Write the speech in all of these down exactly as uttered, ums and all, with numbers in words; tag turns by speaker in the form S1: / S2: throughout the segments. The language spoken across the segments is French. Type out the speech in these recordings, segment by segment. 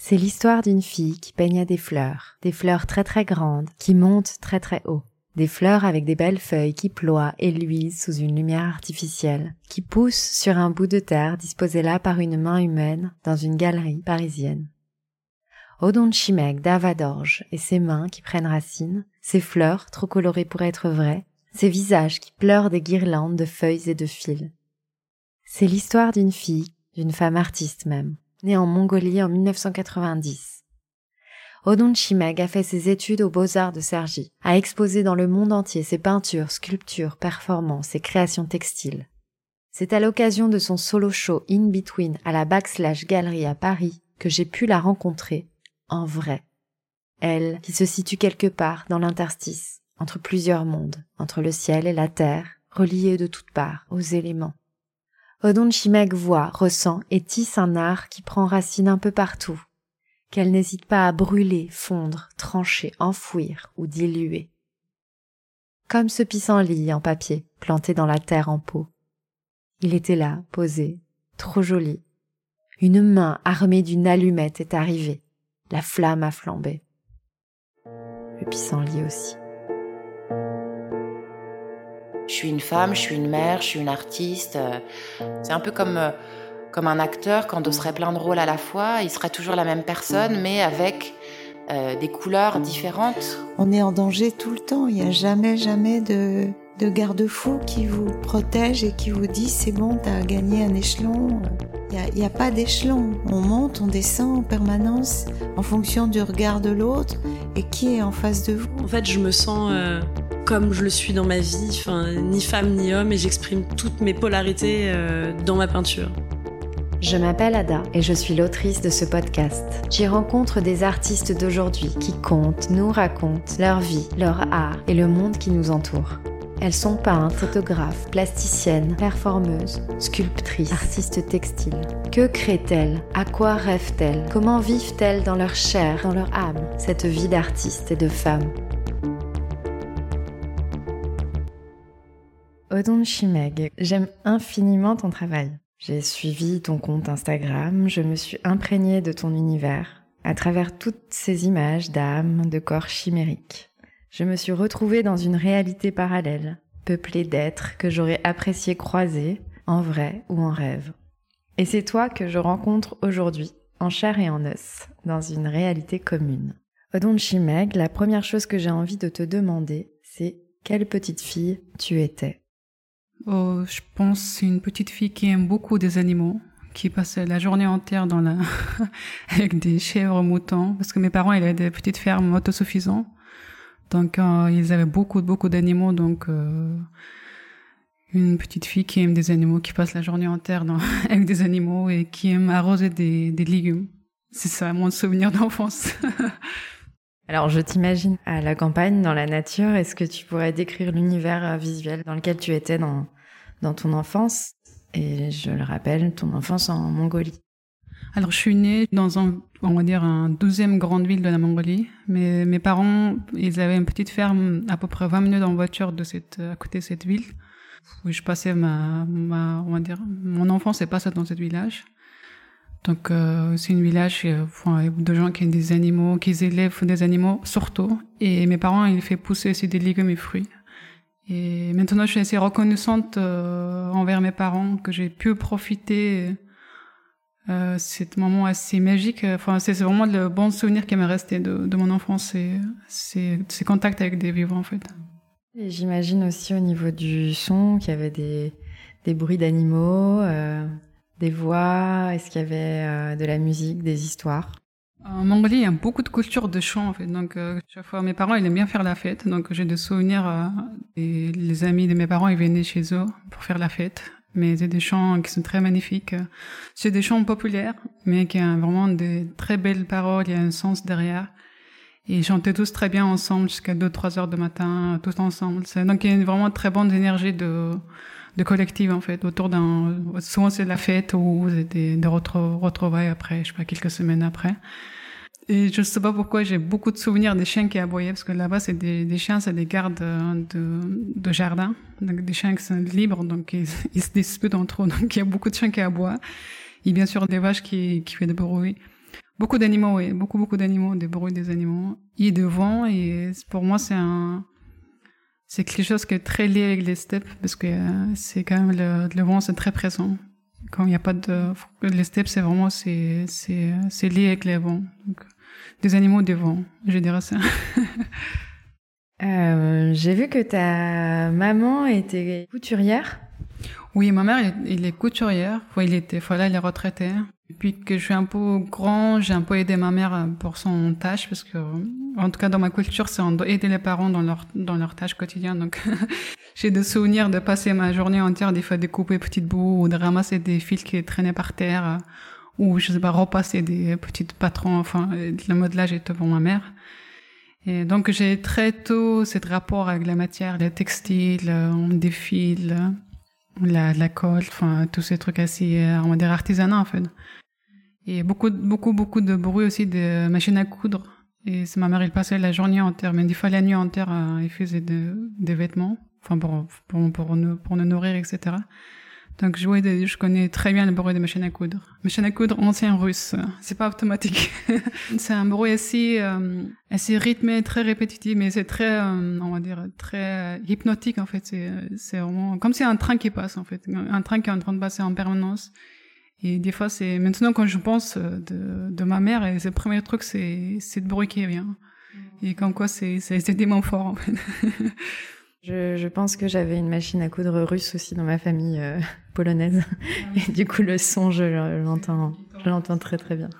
S1: C'est l'histoire d'une fille qui peignait des fleurs, des fleurs très très grandes, qui montent très très haut. Des fleurs avec des belles feuilles qui ploient et luisent sous une lumière artificielle, qui poussent sur un bout de terre disposé là par une main humaine dans une galerie parisienne. Odon Chimègue d'Ava d'orge et ses mains qui prennent racine, ses fleurs trop colorées pour être vraies, ses visages qui pleurent des guirlandes de feuilles et de fils. C'est l'histoire d'une fille, d'une femme artiste même, née en Mongolie en mille neuf cent quatre-vingt-dix. Odon Chimègue a fait ses études aux Beaux-Arts de Cergy, a exposé dans le monde entier ses peintures, sculptures, performances et créations textiles. C'est à l'occasion de son solo show In Between à la Backslash Galerie à Paris que j'ai pu la rencontrer en vrai. Elle, qui se situe quelque part dans l'interstice, entre plusieurs mondes, entre le ciel et la terre, reliée de toutes parts aux éléments. Odon Chimègue voit, ressent et tisse un art qui prend racine un peu partout, qu'elle n'hésite pas à brûler, fondre, trancher, enfouir ou diluer. Comme ce pissenlit en papier, planté dans la terre en pot. Il était là, posé, trop joli. Une main armée d'une allumette est arrivée. La flamme a flambé. Le pissenlit aussi.
S2: Je suis une femme, je suis une mère, je suis une artiste. C'est un peu comme... Comme un acteur, quand on serait plein de rôles à la fois, il serait toujours la même personne, mais avec euh, des couleurs différentes.
S3: On est en danger tout le temps. Il n'y a jamais, jamais de, de garde-fou qui vous protège et qui vous dit c'est bon, t'as gagné un échelon. Il n'y a, a pas d'échelon. On monte, on descend en permanence en fonction du regard de l'autre et qui est en face de vous.
S4: En fait, je me sens euh, comme je le suis dans ma vie, enfin, ni femme ni homme, et j'exprime toutes mes polarités euh, dans ma peinture.
S1: Je m'appelle Ada et je suis l'autrice de ce podcast. J'y rencontre des artistes d'aujourd'hui qui comptent, nous racontent leur vie, leur art et le monde qui nous entoure. Elles sont peintres, photographes, plasticiennes, performeuses, sculptrices, artistes textiles. Que créent-elles ? À quoi rêvent-elles ? Comment vivent-elles dans leur chair, dans leur âme, cette vie d'artiste et de femme ? Odon Chimègue, j'aime infiniment ton travail. J'ai suivi ton compte Instagram, je me suis imprégnée de ton univers, à travers toutes ces images d'âmes, de corps chimériques. Je me suis retrouvée dans une réalité parallèle, peuplée d'êtres que j'aurais apprécié croiser, en vrai ou en rêve. Et c'est toi que je rencontre aujourd'hui, en chair et en os, dans une réalité commune. Odon Chimègue, la première chose que j'ai envie de te demander, c'est quelle petite fille tu étais ?
S5: Oh, je pense que c'est une petite fille qui aime beaucoup des animaux, qui passe la journée entière dans la avec des chèvres, moutons, parce que mes parents ils avaient des petites fermes autosuffisantes, donc euh, ils avaient beaucoup beaucoup d'animaux, donc euh, une petite fille qui aime des animaux, qui passe la journée entière dans, avec des animaux et qui aime arroser des, des légumes. C'est ça mon souvenir d'enfance.
S1: Alors, je t'imagine à la campagne, dans la nature. Est-ce que tu pourrais décrire l'univers visuel dans lequel tu étais dans, dans ton enfance ? Et je le rappelle, ton enfance en Mongolie.
S5: Alors, je suis née dans un, on va dire, un douzième grande ville de la Mongolie. Mais mes parents, ils avaient une petite ferme à peu près vingt minutes en voiture de cette, à côté de cette ville. Où je passais ma, ma, on va dire, mon enfance est passée dans ce village. Donc euh, c'est un village euh, enfin, de gens qui ont des animaux, qui élèvent des animaux surtout. Et mes parents, ils font pousser aussi des légumes et fruits. Et maintenant, je suis assez reconnaissante euh, envers mes parents que j'ai pu profiter euh, cet moment assez magique. Enfin, c'est, c'est vraiment le bon souvenir qui m'est resté de, de mon enfance, c'est, c'est, c'est contact avec des vivants en fait.
S1: Et j'imagine aussi au niveau du son qu'il y avait des, des bruits d'animaux. Euh... Des voix, est-ce qu'il y avait euh, de la musique, des histoires ?
S5: En Mongolie, il y a beaucoup de culture de chant, en fait. Donc, euh, chaque fois, mes parents, ils aiment bien faire la fête. Donc, j'ai des souvenirs, euh, et les amis de mes parents, ils venaient chez eux pour faire la fête. Mais c'est des chants qui sont très magnifiques. C'est des chants populaires, mais qui ont vraiment des très belles paroles, il y a un sens derrière. Et ils chantaient tous très bien ensemble jusqu'à deux trois heures du matin, tous ensemble. C'est, donc, il y a une vraiment très bonne énergie de... de collectif en fait, autour d'un, souvent c'est la fête ou des, des retro, retrouvailles après, je sais pas, quelques semaines après. Et je sais pas pourquoi j'ai beaucoup de souvenirs des chiens qui aboyaient, parce que là-bas c'est des, des chiens, c'est des gardes de, de jardin, donc des chiens qui sont libres, donc ils, ils se disputent entre eux, donc il y a beaucoup de chiens qui aboient. Et bien sûr des vaches qui, qui font des bruits. Beaucoup d'animaux, oui, beaucoup, beaucoup d'animaux, des bruits des animaux, et de vent, et pour moi, c'est un, c'est quelque chose qui est très lié avec les steppes, parce que euh, c'est quand même le, le vent, c'est très présent. Quand il n'y a pas de, les steppes, c'est vraiment, c'est, c'est, c'est lié avec les vents. Donc, des animaux, des vents, je dirais ça.
S1: euh, j'ai vu que ta maman était couturière.
S5: Oui, ma mère, elle, elle est couturière. Enfin, il était, voilà, elle est retraitée. Depuis que je suis un peu grand, j'ai un peu aidé ma mère pour son tâche, parce que, en tout cas, dans ma culture, c'est on doit aider les parents dans leur, dans leur tâche quotidienne. Donc, j'ai des souvenirs de passer ma journée entière, des fois, découper petites bouts, ou de ramasser des fils qui traînaient par terre, ou, je sais pas, repasser des petites patrons, enfin, le modelage était pour ma mère. Et donc, j'ai très tôt cet rapport avec la matière, les textiles, des fils, la, la colle, enfin, tous ces trucs assez, on va dire, artisanaux, en fait. Et beaucoup, beaucoup, beaucoup de bruit aussi de machines à coudre. Et c'est ma mère, elle passait la journée entière, mais des fois la nuit entière, euh, elle faisait de, des vêtements, enfin, pour, pour, pour, nous, pour nous nourrir, et cetera. Donc, je, ouais, je connais très bien le bruit des machines à coudre. Machine à coudre ancien russe. C'est pas automatique. C'est un bruit assez, euh, assez rythmé, très répétitif, mais c'est très, euh, on va dire, très hypnotique, en fait. C'est, c'est vraiment, comme si un train qui passe, en fait. Un train qui est en train de passer en permanence. Et des fois, c'est, maintenant, quand je pense de, de ma mère, et c'est le premier truc, c'est, c'est le bruit qui vient. Et comme quoi, c'est, c'est, c'est des mots forts, en fait.
S1: Je, je pense que j'avais une machine à coudre russe aussi dans ma famille euh, polonaise. Et du coup, le son, je l'entends, je l'entends très très bien.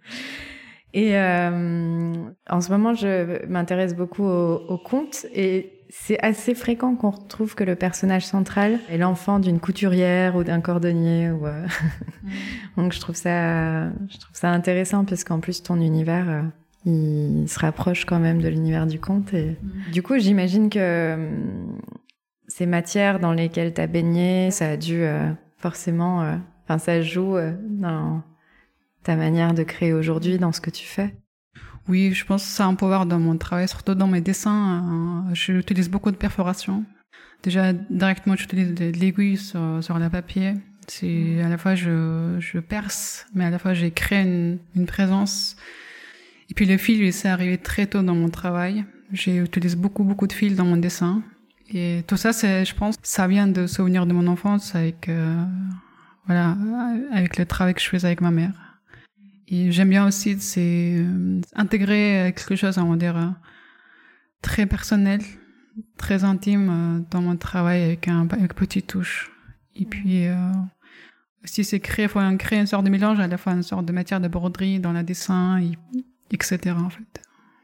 S1: Et euh, en ce moment, je m'intéresse beaucoup aux, aux contes. Et c'est assez fréquent qu'on retrouve que le personnage central est l'enfant d'une couturière ou d'un cordonnier. Ou euh... Donc, je trouve ça, je trouve ça intéressant parce qu'en plus, ton univers... Euh, il se rapproche quand même de l'univers du conte. Et... Mmh. Du coup, j'imagine que euh, ces matières dans lesquelles tu as baigné, ça a dû euh, forcément... Enfin, euh, ça joue euh, dans ta manière de créer aujourd'hui, dans ce que tu fais.
S5: Oui, je pense que ça a un pouvoir dans mon travail, surtout dans mes dessins. Euh, j'utilise beaucoup de perforation. Déjà, directement, j'utilise de l'aiguille sur, sur le papier. C'est, à la fois, je, je perce, mais à la fois, j'ai créé une, une présence... Et puis le fil, lui, c'est arrivé très tôt dans mon travail. J'ai utilisé beaucoup, beaucoup de fils dans mon dessin. Et tout ça, c'est, je pense, ça vient de souvenirs de mon enfance avec, euh, voilà, avec le travail que je faisais avec ma mère. Et j'aime bien aussi, c'est euh, intégrer quelque chose, on va dire, euh, très personnel, très intime euh, dans mon travail avec un, avec petite touche. Et puis, euh, aussi, c'est créer, faut créer une sorte de mélange, à la fois une sorte de matière de broderie dans le dessin, et, et cetera en fait.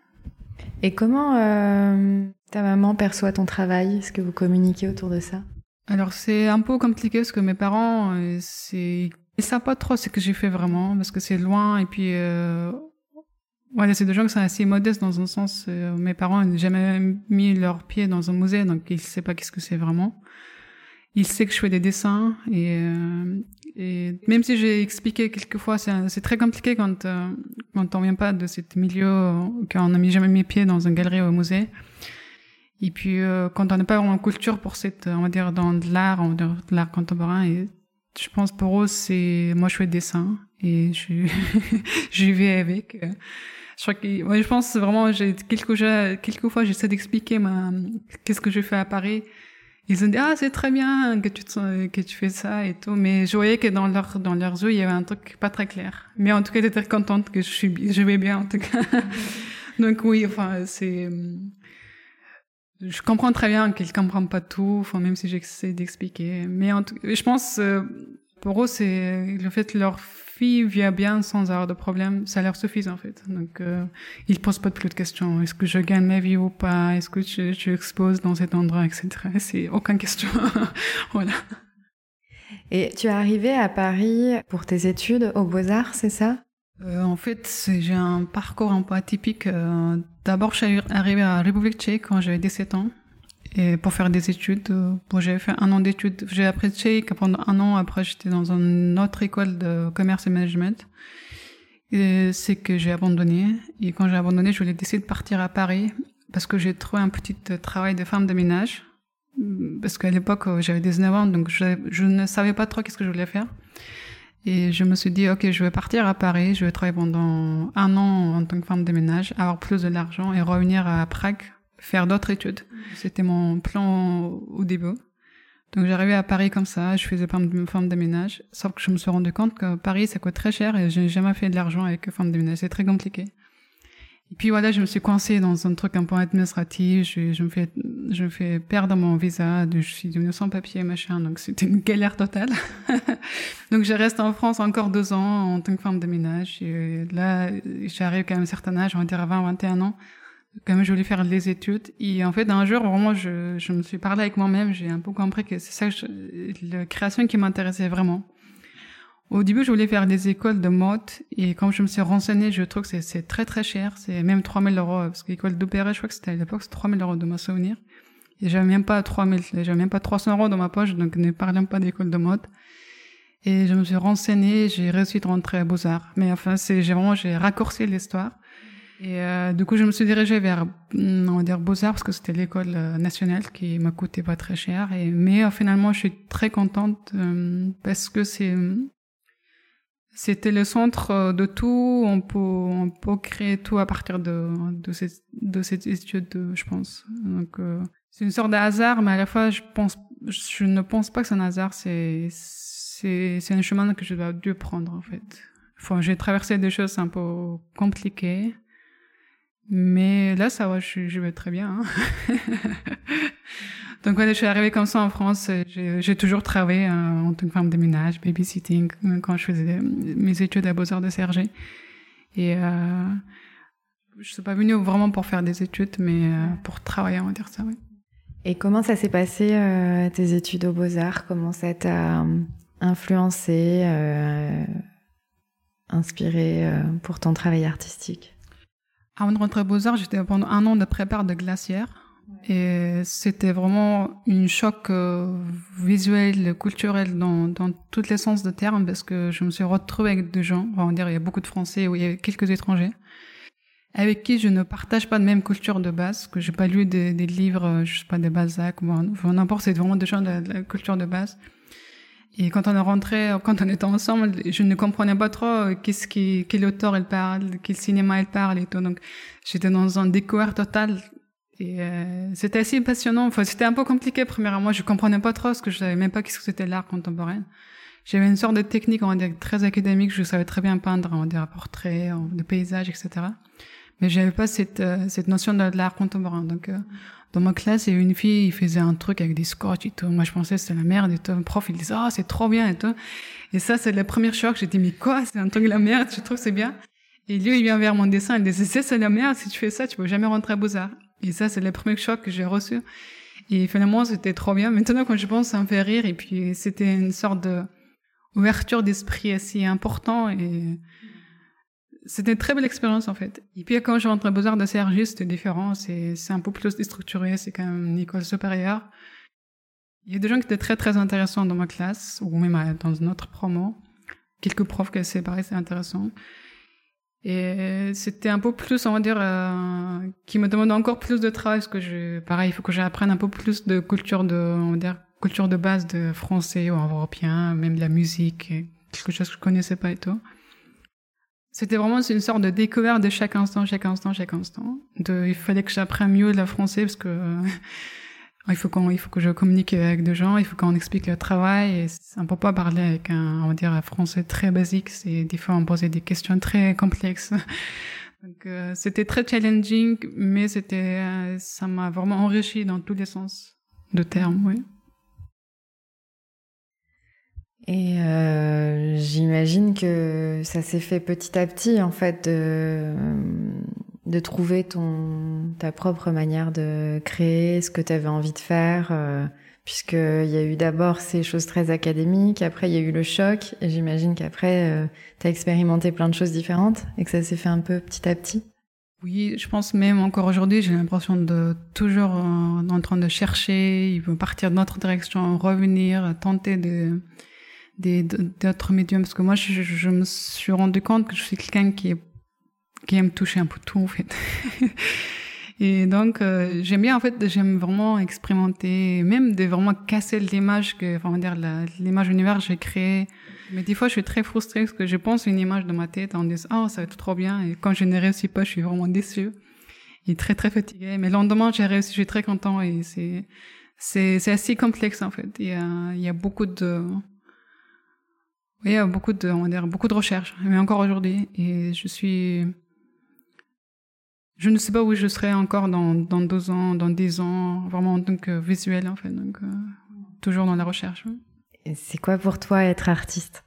S1: Et comment euh, ta maman perçoit ton travail? Est-ce que vous communiquez autour de ça?
S5: Alors c'est un peu compliqué parce que mes parents, euh, c'est... ils savent pas trop ce que j'ai fait vraiment parce que c'est loin et puis euh... voilà, c'est des gens qui sont assez modestes dans un sens. Euh, mes parents n'ont jamais mis leurs pieds dans un musée, donc ils ne savent pas qu'est-ce que c'est vraiment. Ils savent que je fais des dessins et, euh, et même si j'ai expliqué quelquefois, c'est, c'est très compliqué quand euh, quand on vient pas de ce milieu, qu'on n'a jamais mis pied dans une galerie ou un musée. Et puis euh, quand on n'a pas vraiment culture pour cette, on va dire dans de l'art, on va dire de l'art contemporain, et je pense pour eux c'est, moi je fais des dessins et je j'y vais avec. Je crois que, ouais, je pense vraiment, j'ai quelquefois, quelquefois j'essaie d'expliquer ma, qu'est-ce que je fais à Paris. Ils ont dit, ah, c'est très bien que tu, te, que tu fais ça et tout. Mais je voyais que dans leur, dans leurs yeux, il y avait un truc pas très clair. Mais en tout cas, j'étais très contente que je suis, je vais bien, en tout cas. Donc oui, enfin, c'est, je comprends très bien qu'ils comprennent pas tout, enfin, même si j'essaie d'expliquer. Mais en tout cas, je pense, pour eux, c'est le fait que leur fille vient bien sans avoir de problème, ça leur suffit, en fait. Donc, euh, ils posent pas plus de questions. Est-ce que je gagne ma vie ou pas? Est-ce que je, je expose dans cet endroit, et cetera. C'est aucune question. Voilà.
S1: Et tu es arrivée à Paris pour tes études aux Beaux-Arts, c'est ça?
S5: Euh, en fait, c'est, j'ai un parcours un peu atypique. Euh, d'abord, je suis arrivée à République tchèque quand j'avais dix-sept ans. Et pour faire des études, euh, bon, j'avais fait un an d'études. J'ai appris tchèque pendant un an. Après, j'étais dans une autre école de commerce et management. Et c'est que j'ai abandonné. Et quand j'ai abandonné, je voulais décider de partir à Paris parce que j'ai trouvé un petit travail de femme de ménage. Parce qu'à l'époque, j'avais dix-neuf ans, donc je, je ne savais pas trop qu'est-ce que je voulais faire. Et je me suis dit, ok, je vais partir à Paris, je vais travailler pendant un an en tant que femme de ménage, avoir plus de l'argent et revenir à Prague, faire d'autres études. C'était mon plan au début. Donc j'arrivais à Paris comme ça, je faisais femme de ménage, sauf que je me suis rendu compte que Paris ça coûte très cher et j'ai jamais fait de l'argent avec femme de ménage, c'est très compliqué. Et puis voilà, je me suis coincée dans un truc un peu administratif, je, je me fais, je me fais perdre mon visa, je suis devenue sans papier, machin, donc c'était une galère totale. Donc je reste en France encore deux ans en tant que femme de ménage, et là, j'arrive quand même à un certain âge, on va dire à vingt, vingt et un ans, quand même je voulais faire les études, et en fait un jour, vraiment, je, je me suis parlé avec moi-même, j'ai un peu compris que c'est ça, que je, la création qui m'intéressait vraiment. Au début, je voulais faire des écoles de mode, et quand je me suis renseignée, je trouve que c'est, c'est très très cher, c'est même trois mille euros, parce que l'école d'opéra, je crois que c'était à l'époque, c'est trois mille euros de mon souvenir. Et j'avais même pas trois mille, j'avais même pas trois cents euros dans ma poche, donc ne parlons pas d'école de mode. Et je me suis renseignée, j'ai réussi de rentrer à Beaux-Arts. Mais enfin, c'est, j'ai vraiment, j'ai raccourci l'histoire. Et euh, du coup, je me suis dirigée vers, on va dire Beaux-Arts, parce que c'était l'école nationale qui m'a coûté pas très cher. Et, mais euh, finalement, je suis très contente, euh, parce que c'est, c'était le centre de tout, on peut, on peut créer tout à partir de, de cette, de cette étude, je pense. Donc, euh, c'est une sorte de hasard, mais à la fois, je pense, je ne pense pas que c'est un hasard, c'est, c'est, c'est un chemin que je dois dû prendre, en fait. Enfin, j'ai traversé des choses un peu compliquées, mais là, ça va, je, je vais très bien, hein. Donc voilà, je suis arrivée comme ça en France. J'ai, j'ai toujours travaillé euh, en tant que femme de ménage, babysitting, quand je faisais mes études à Beaux-Arts de Cergy. Et euh, je suis pas venue vraiment pour faire des études, mais euh, pour travailler, on va dire ça, oui.
S1: Et comment ça s'est passé, euh, tes études aux Beaux-Arts? Comment ça t'a influencé, euh, inspiré euh, pour ton travail artistique?
S5: Avant de rentrer aux Beaux-Arts, j'étais pendant un an de prépare de glacière. Et c'était vraiment une choc euh, visuel, culturel dans, dans tous les sens de terme, parce que je me suis retrouvée avec des gens, on va dire il y a beaucoup de Français ou il y a quelques étrangers, avec qui je ne partage pas de même culture de base, que j'ai pas lu des, des livres, je sais pas, des Balzac, ou enfin, n'importe, c'est vraiment des gens de, de la culture de base. Et quand on est rentré, quand on était ensemble, je ne comprenais pas trop qu'est-ce qui, quel auteur elle parle, quel cinéma elle parle et tout. Donc, j'étais dans un découvert total. Et euh, c'était assez passionnant. Enfin, c'était un peu compliqué, premièrement. Je comprenais pas trop, parce que je savais même pas qu'est-ce que c'était l'art contemporain. J'avais une sorte de technique, on va dire, très académique. Je savais très bien peindre, on va dire, portraits, de paysages, et cetera. Mais j'avais pas cette, euh, cette notion de, de l'art contemporain. Donc, euh, dans ma classe, il y a une fille, il faisait un truc avec des scotch et tout. Moi, je pensais que c'était la merde et tout. Le prof, il disait, ah, oh, c'est trop bien et tout. Et ça, c'est le premier choc. J'ai dit, mais quoi? C'est un truc de la merde. Je trouve que c'est bien. Et lui, il vient vers mon dessin. Il disait, c'est, c'est la merde. Si tu fais ça, tu peux jamais rentrer à Beaux-Arts. Et ça, c'est le premier choc que j'ai reçu. Et finalement, c'était trop bien. Maintenant, quand je pense, ça me fait rire. Et puis, c'était une sorte de ouverture d'esprit assez important. Et c'était une très belle expérience, en fait. Et puis, quand je rentre à Beaux-Arts de Cergy, c'était différent. C'est, c'est un peu plus déstructuré. C'est quand même une école supérieure. Il y a des gens qui étaient très, très intéressants dans ma classe, ou même dans une autre promo. Quelques profs qui c'est pareil, c'est intéressant. Et c'était un peu plus, on va dire, euh, qui me demandait encore plus de travail, parce que je, pareil, il faut que j'apprenne un peu plus de culture de, on va dire, culture de base de français ou européen, même de la musique, quelque chose que je connaissais pas et tout. C'était vraiment une sorte de découverte de chaque instant, chaque instant, chaque instant. De, il fallait que j'apprenne mieux le français, parce que euh, il faut qu'on, il faut que je communique avec des gens, il faut qu'on explique le travail. Et on peut pas parler avec un, on va dire, un français très basique. C'est des fois on posait des questions très complexes. Donc euh, c'était très challenging, mais c'était, euh, ça m'a vraiment enrichi dans tous les sens de termes, oui.
S1: Et euh, j'imagine que ça s'est fait petit à petit, en fait, de, de trouver ton, ta propre manière de créer, ce que tu avais envie de faire, euh, puisqu'il y a eu d'abord ces choses très académiques, après il y a eu le choc, et j'imagine qu'après, euh, tu as expérimenté plein de choses différentes, et que ça s'est fait un peu petit à petit.
S5: Oui, je pense même encore aujourd'hui, j'ai l'impression de toujours euh, en train de chercher, il veut partir dans notre direction, revenir, tenter de... Des, d'autres médiums, parce que moi je, je, je me suis rendu compte que je suis quelqu'un qui, est, qui aime toucher un peu tout, en fait. Et donc euh, j'aime bien, en fait, j'aime vraiment expérimenter, même de vraiment casser l'image que, enfin, on va dire la, l'image univers que j'ai créée, Mais des fois, je suis très frustrée parce que je pense une image dans ma tête en disant « Oh, ça va être trop bien ». Et quand je ne réussis pas, je suis vraiment déçue et très, très fatiguée. Mais le lendemain, j'ai réussi, je suis très contente et c'est, c'est, c'est assez complexe, en fait. Il y a, il y a beaucoup de, il y a beaucoup de, on va dire, beaucoup de recherches. Mais encore aujourd'hui. Et je suis, je ne sais pas où je serai encore dans, dans deux ans, dans dix ans, vraiment en tant que visuel, en fait. Donc, euh, toujours dans la recherche.
S1: Et c'est quoi pour toi être artiste?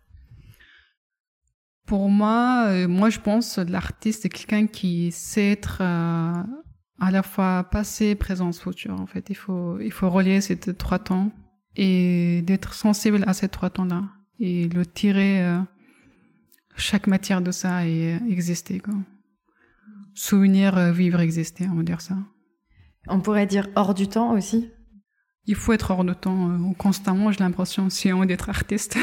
S5: Pour moi, euh, moi je pense que l'artiste c'est quelqu'un qui sait être euh, à la fois passé, présent, futur. En fait, il faut il faut relier ces trois temps et d'être sensible à ces trois temps-là et le tirer euh, chaque matière de ça et euh, exister quoi. Souvenir, euh, vivre, exister, on va dire ça.
S1: On pourrait dire hors du temps aussi.
S5: Il faut être hors de temps euh, constamment. J'ai l'impression si on veut d'être artiste.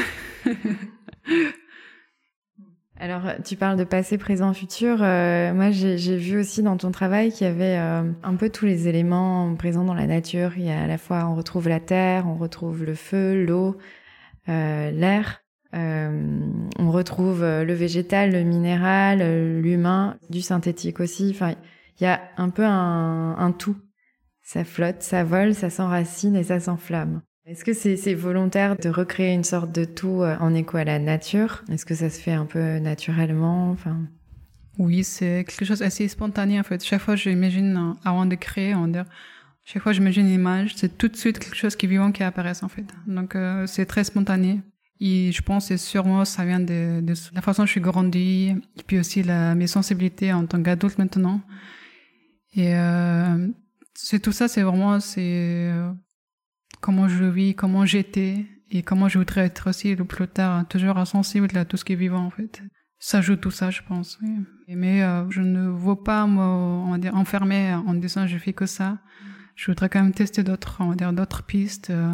S1: Alors, tu parles de passé, présent, futur. Euh, moi, j'ai, j'ai vu aussi dans ton travail qu'il y avait euh, un peu tous les éléments présents dans la nature. Il y a à la fois, on retrouve la terre, on retrouve le feu, l'eau, euh, l'air. Euh, on retrouve le végétal, le minéral, l'humain, du synthétique aussi. Enfin, il y a un peu un, un tout. Ça flotte, ça vole, ça s'enracine et ça s'enflamme. Est-ce que c'est, c'est volontaire de recréer une sorte de tout en écho à la nature? Est-ce que ça se fait un peu naturellement? Enfin...
S5: Oui, c'est quelque chose d'assez spontané en fait. Chaque fois, j'imagine, avant de créer, on dire, chaque fois j'imagine une image, c'est tout de suite quelque chose qui est vivant qui apparaît en fait. Donc euh, c'est très spontané. Et je pense que sûrement ça vient de, de la façon dont je suis grandie, et puis aussi la, mes sensibilités en tant qu'adulte maintenant. Et euh, c'est tout ça, c'est vraiment c'est euh, comment je vis, comment j'étais et comment je voudrais être aussi le plus tard, toujours sensible à tout ce qui est vivant en fait. Ça joue tout ça, je pense. Oui. Mais euh, je ne veux pas me, on va dire, enfermer en disant je fais que ça. Je voudrais quand même tester d'autres, on va dire, d'autres pistes. Euh,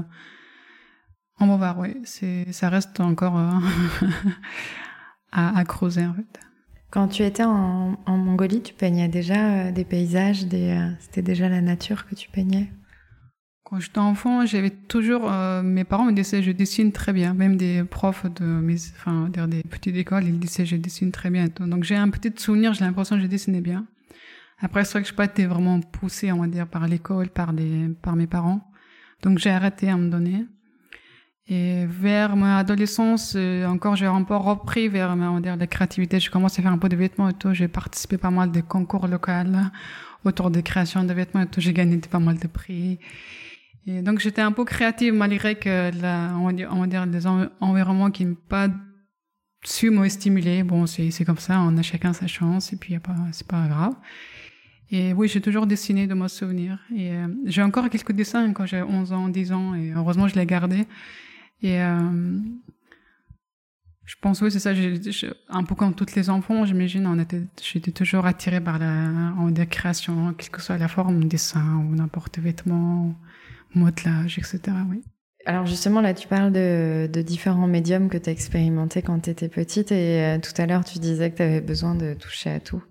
S5: on va voir, oui. C'est, ça reste encore euh, à, à creuser en fait.
S1: Quand tu étais en, en Mongolie, tu peignais déjà euh, des paysages, des, euh, c'était déjà la nature que tu peignais?
S5: Quand j'étais enfant, j'avais toujours, euh, mes parents me disaient je dessine très bien, même des profs de mes, enfin, des petites écoles, ils disaient je dessine très bien. Donc j'ai un petit souvenir, j'ai l'impression que je dessinais bien. Après, c'est vrai que je n'ai pas été vraiment poussée, on va dire, par l'école, par des, par mes parents. Donc j'ai arrêté à un moment donné. Et vers mon adolescence, euh, encore, j'ai un peu repris vers, on va dire, la créativité. Je commence à faire un peu de vêtements et tout. J'ai participé pas mal des concours locaux autour des créations de vêtements et tout. J'ai gagné pas mal de prix. Et donc, j'étais un peu créative malgré que la, on va dire, on va dire des environnements qui n'ont pas su me stimuler. Bon, c'est, c'est comme ça. On a chacun sa chance et puis y a pas, c'est pas grave. Et oui, j'ai toujours dessiné de mon souvenir. Et euh, j'ai encore quelques dessins quand j'ai onze ans, dix ans et heureusement, je les gardais. Et euh, je pense, oui, c'est ça. J'ai, j'ai, un peu comme tous les enfants, j'imagine, on était, j'étais toujours attirée par la, on va dire, création, quelle que soit la forme, dessin ou n'importe vêtement, modelage, et cetera. Oui.
S1: Alors justement, là, tu parles de, de différents médiums que tu as expérimentés quand tu étais petite et euh, tout à l'heure, tu disais que tu avais besoin de toucher à tout.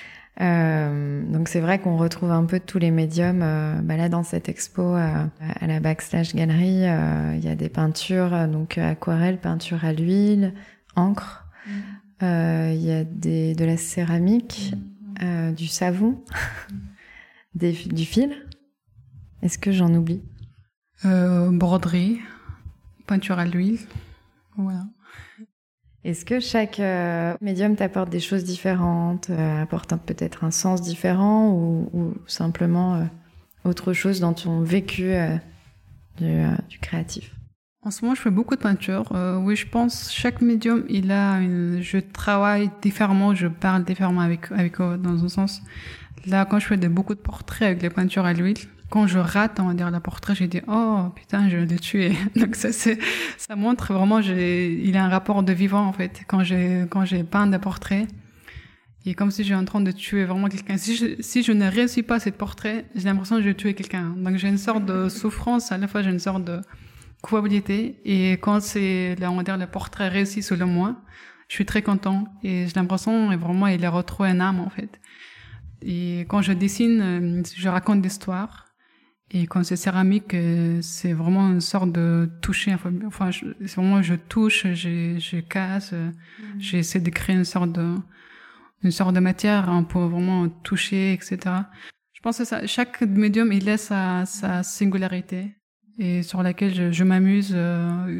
S1: Euh, donc c'est vrai qu'on retrouve un peu tous les médiums. Euh, bah là, dans cette expo à, à la Backslash Galerie, il euh, y a des peintures, donc aquarelle, peinture à l'huile, encre. Il mmh. euh, y a des, de la céramique, mmh. euh, du savon, des, du fil. Est-ce que j'en oublie?
S5: Euh, broderie, peinture à l'huile, voilà.
S1: Est-ce que chaque euh, médium t'apporte des choses différentes, euh, apporte peut-être un sens différent ou, ou simplement euh, autre chose dans ton vécu euh, du, euh, du créatif?
S5: En ce moment, je fais beaucoup de peinture. Euh, oui, je pense chaque médium, il a une... Je travaille différemment, je parle différemment avec avec eux, dans un sens. Là, quand je fais de, beaucoup de portraits avec les peintures à l'huile, quand je rate, on va dire, la portrait, j'ai dit, oh, putain, je l'ai tué. Donc, ça, c'est, ça montre vraiment, j'ai, il a un rapport de vivant, en fait. Quand j'ai, quand j'ai peint des portraits, il est comme si j'étais en train de tuer vraiment quelqu'un. Si je, si je ne réussis pas cet portrait, j'ai l'impression que je vais tuer quelqu'un. Donc, j'ai une sorte de souffrance, à la fois, j'ai une sorte de culpabilité. Et quand c'est, là, on va dire, le portrait réussi selon moi, je suis très content. Et j'ai l'impression, et vraiment, il a retrouvé un âme, en fait. Et quand je dessine, je raconte des histoires. Et quand c'est céramique, c'est vraiment une sorte de toucher. Enfin, je, c'est vraiment je touche, je, je casse, mmh. j'essaie de créer une sorte de, une sorte de matière hein, pour vraiment toucher, et cetera. Je pense que ça, chaque médium, il a sa, sa singularité et sur laquelle je, je m'amuse. Euh,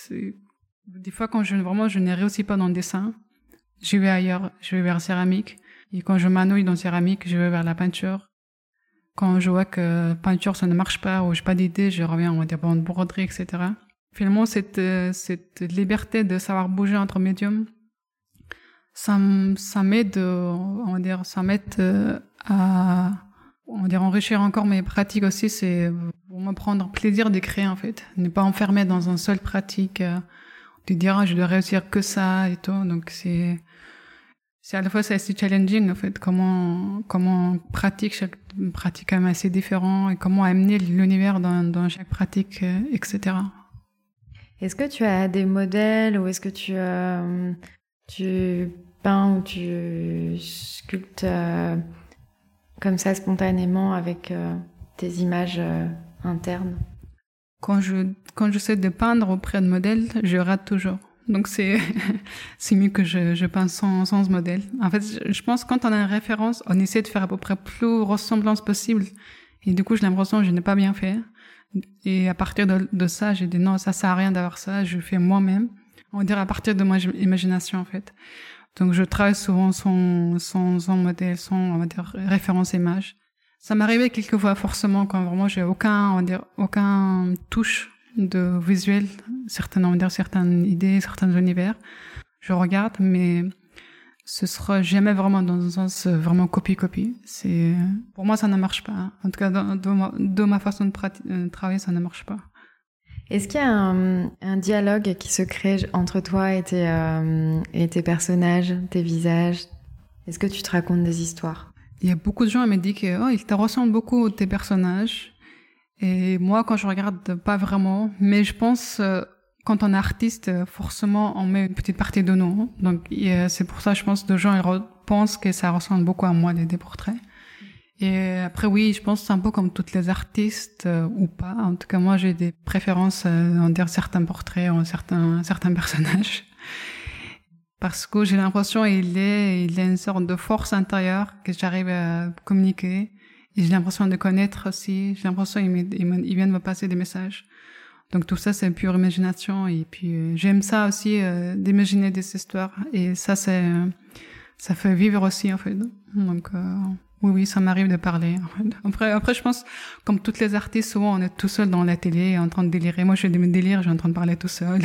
S5: des fois, quand je vraiment je ne réussis pas dans le dessin, je vais ailleurs, je vais vers la céramique. Et quand je m'anouille dans la céramique, je vais vers la peinture. Quand je vois que peinture, ça ne marche pas, ou j'ai pas d'idée, je reviens, on va dire, en broderie, et cetera. Finalement, cette, cette liberté de savoir bouger entre médiums, ça, ça m'aide, on va dire, ça m'aide à, on va dire, enrichir encore mes pratiques aussi, c'est vraiment prendre plaisir de créer, en fait. Ne pas enfermer dans une seule pratique, de dire, ah, je dois réussir que ça, et tout. Donc, c'est, c'est à la fois c'est assez challenging en fait comment comment on pratique chaque pratique quand même assez différent et comment amener l'univers dans dans chaque pratique euh, et cetera.
S1: Est-ce que tu as des modèles ou est-ce que tu euh, tu peins ou tu sculptes euh, comme ça spontanément avec euh, tes images euh, internes?
S5: Quand je quand j'essaie de peindre auprès de modèles, je rate toujours. Donc c'est c'est mieux que je je peins sans sans ce modèle. En fait, je pense que quand on a une référence, on essaie de faire à peu près plus ressemblance possible. Et du coup, j'ai l'impression que je n'ai pas bien fait. Et à partir de, de ça, j'ai dit non, ça sert à rien d'avoir ça. Je fais moi-même. On va dire à partir de mon imagination en fait. Donc je travaille souvent sans sans sans modèle, sans on va dire référence image. Ça m'arrivait quelquefois forcément quand vraiment j'ai aucun on va dire aucun touche de visuel, certaines, on va dire, certaines idées, certains univers. Je regarde, mais ce sera jamais vraiment dans un sens vraiment copie-copie. C'est, pour moi, ça ne marche pas. En tout cas, dans, dans, ma, dans ma façon de prati- euh, travailler, ça ne marche pas.
S1: Est-ce qu'il y a un, un dialogue qui se crée entre toi et tes, euh, et tes personnages, tes visages? Est-ce que tu te racontes des histoires?
S5: Il y a beaucoup de gens qui me disent que, oh, ils te ressemblent beaucoup, tes personnages. Et moi, quand je regarde, pas vraiment. Mais je pense, euh, quand on est artiste, forcément, on met une petite partie de nous. Donc, c'est pour ça, je pense, que les gens ils pensent que ça ressemble beaucoup à moi, les des portraits. Et après, oui, je pense que c'est un peu comme toutes les artistes, euh, ou pas. En tout cas, moi, j'ai des préférences euh, en dire certains portraits, en certains, certains personnages. Parce que j'ai l'impression qu'il est, il a une sorte de force intérieure que j'arrive à communiquer. Et j'ai l'impression de connaître aussi. J'ai l'impression qu'ils viennent me passer des messages. Donc tout ça, c'est pure imagination. Et puis euh, j'aime ça aussi, euh, d'imaginer des histoires. Et ça, c'est, euh, ça fait vivre aussi en fait. Donc euh, oui, oui, ça m'arrive de parler. En fait. Après, après, je pense, comme toutes les artistes, souvent on est tout seul dans la télé, en train de délirer. Moi, je fais des délires, je suis en train de parler tout seul.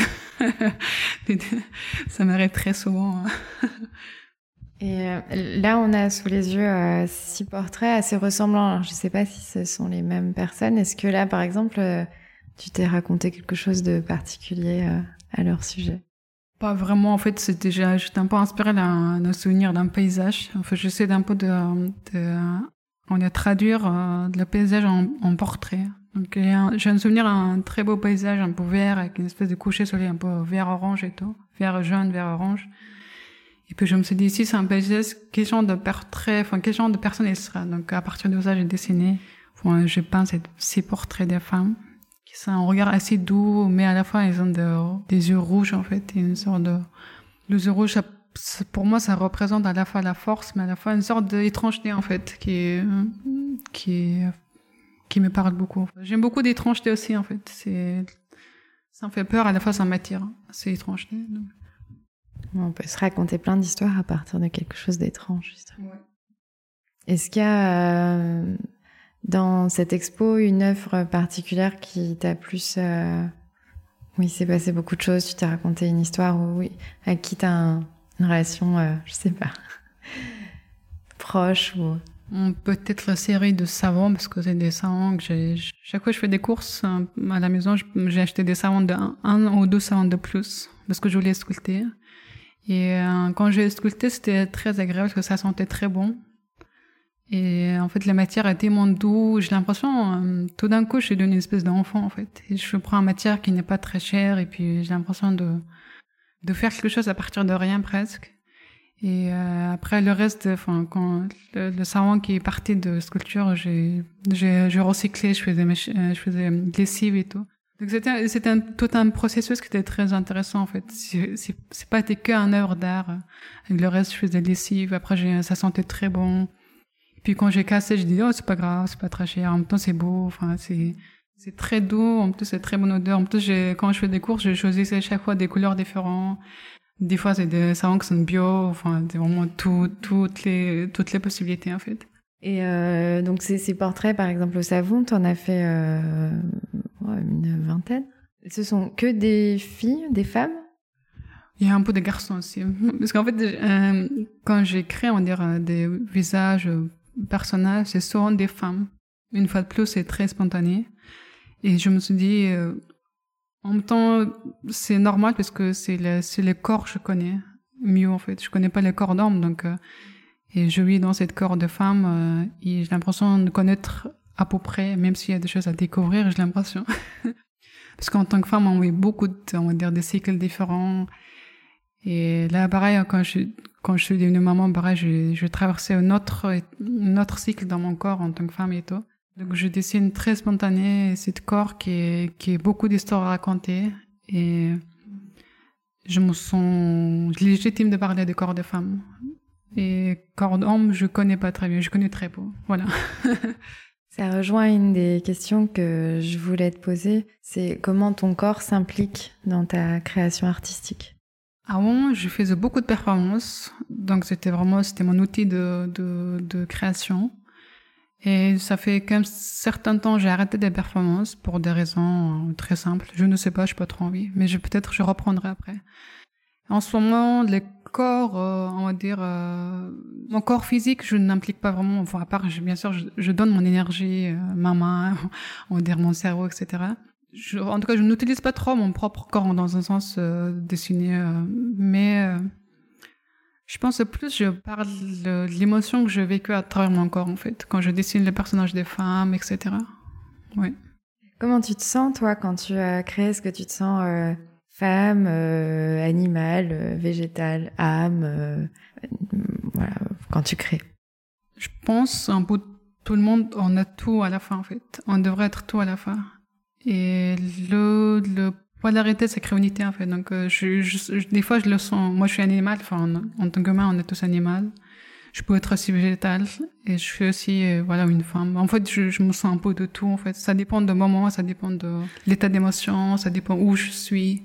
S5: Ça m'arrive très souvent.
S1: Et euh, là, on a sous les yeux euh, six portraits assez ressemblants. Alors, je ne sais pas si ce sont les mêmes personnes. Est-ce que là, par exemple, euh, tu t'es raconté quelque chose de particulier euh, à leur sujet?
S5: Pas vraiment. En fait, c'était j'étais un peu inspirée d'un, d'un souvenir d'un paysage. En fait, j'essaie d'un peu de, de on va traduire euh, le paysage en, en portrait. Donc, j'ai un souvenir d'un très beau paysage, un peu vert, avec une espèce de coucher soleil un peu vert-orange et tout, vert jaune, vert-orange. Et puis je me suis dit, ici c'est un paysage, quel genre de portrait, enfin quel genre de personne il sera. Donc à partir de ça, j'ai dessiné, enfin, je peins ces, ces portraits des femmes qui sont un regard assez doux, mais à la fois ils ont de, des yeux rouges en fait, une sorte de, les yeux rouges, ça, pour moi ça représente à la fois la force, mais à la fois une sorte d'étrangeté en fait, qui qui qui me parle beaucoup. J'aime beaucoup d'étrangeté aussi en fait. C'est, ça me fait peur, à la fois ça m'attire. C'est étrangeté. Donc.
S1: On peut se raconter plein d'histoires à partir de quelque chose d'étrange.
S5: Ouais.
S1: Est-ce qu'il y a euh, dans cette expo une œuvre particulière qui t'a plus... Euh... Oui, il s'est passé beaucoup de choses, tu t'es raconté une histoire ou oui, avec qui t'as un, une relation, euh, je sais pas, proche ou...
S5: Peut-être la série de savons, parce que c'est des savons que j'ai... Chaque fois que je fais des courses à la maison, j'ai acheté des savons de un, un ou deux savons de plus, parce que je voulais sculpter. Et euh, quand j'ai sculpté, c'était très agréable, parce que ça sentait très bon. Et en fait, la matière était tellement douce. J'ai l'impression, euh, tout d'un coup, je suis devenue une espèce d'enfant, en fait. Et je prends une matière qui n'est pas très chère, et puis j'ai l'impression de, de faire quelque chose à partir de rien, presque. Et euh, après le reste, enfin quand le, le savon qui est parti de sculpture, j'ai j'ai, j'ai recyclé, je faisais mes, je faisais lessive et tout. Donc c'était c'était un, tout un processus qui était très intéressant en fait. C'est c'est, c'est pas été qu'un œuvre d'art. Avec le reste, je faisais lessive. Après, j'ai ça sentait très bon. Et puis quand j'ai cassé, j'ai dit oh c'est pas grave, c'est pas très cher. En même temps, c'est beau. Enfin c'est c'est très doux. En plus, c'est très bonne odeur. En plus, j'ai quand je fais des courses, je choisissais chaque fois des couleurs différentes. Des fois, c'est des savons qui sont bio. Enfin, c'est vraiment tout, toutes les, toutes les possibilités, en fait.
S1: Et euh, donc, ces, ces portraits, par exemple, au savon, t'en as fait euh, une vingtaine. Ce sont que des filles, des femmes?
S5: Il y a un peu de garçons aussi. Parce qu'en fait, euh, quand j'ai créé, on va dire, des visages, personnages, c'est souvent des femmes. Une fois de plus, c'est très spontané. Et je me suis dit... Euh, En même temps, c'est normal parce que c'est le, c'est le corps que je connais mieux, en fait. Je connais pas le corps d'homme, donc, euh, et je vis dans cette corps de femme, euh, et j'ai l'impression de connaître à peu près, même s'il y a des choses à découvrir, j'ai l'impression. Parce qu'en tant que femme, on vit beaucoup de, on va dire, des cycles différents. Et là, pareil, quand je, quand je suis devenue maman, pareil, je, je traversais un autre, un autre cycle dans mon corps en tant que femme et tout. Donc, je dessine très spontané ce corps qui est, qui est beaucoup d'histoires à raconter. Et je me sens légitime de parler de corps de femme. Et corps d'homme, je connais pas très bien. Je connais très peu. Voilà.
S1: Ça rejoint une des questions que je voulais te poser. C'est comment ton corps s'implique dans ta création artistique?
S5: Avant, je faisais beaucoup de performances. Donc, c'était vraiment, c'était mon outil de, de, de création. Et ça fait quand même certain temps j'ai arrêté des performances pour des raisons très simples. Je ne sais pas, je n'ai pas trop envie, mais je, peut-être je reprendrai après. En ce moment, les corps, euh, on va dire, euh, mon corps physique, je n'implique pas vraiment. Enfin, à part, je, bien sûr, je, je donne mon énergie, euh, ma main, on va dire mon cerveau, et cetera. Je, en tout cas, je n'utilise pas trop mon propre corps dans un sens euh, dessiné, euh, mais euh, je pense que plus je parle de l'émotion que j'ai vécue à travers mon corps, en fait, quand je dessine les personnages des femmes, et cetera. Oui.
S1: Comment tu te sens, toi, quand tu as créé? Est-ce que tu te sens euh, femme, euh, animal, euh, végétal, âme, euh, euh, voilà, quand tu crées?
S5: Je pense, un peu tout le monde, on a tout à la fin, en fait. On devrait être tout à la fin. Et le, le polarité, c'est créer unité, en fait. Donc, euh, je, je, je, des fois, je le sens. Moi, je suis animal. Enfin, en, en tant qu'humain, on est tous animal. Je peux être aussi végétal. Et je suis aussi, euh, voilà, une femme. En fait, je, je me sens un peu de tout, en fait. Ça dépend de moment, ça dépend de l'état d'émotion, ça dépend où je suis.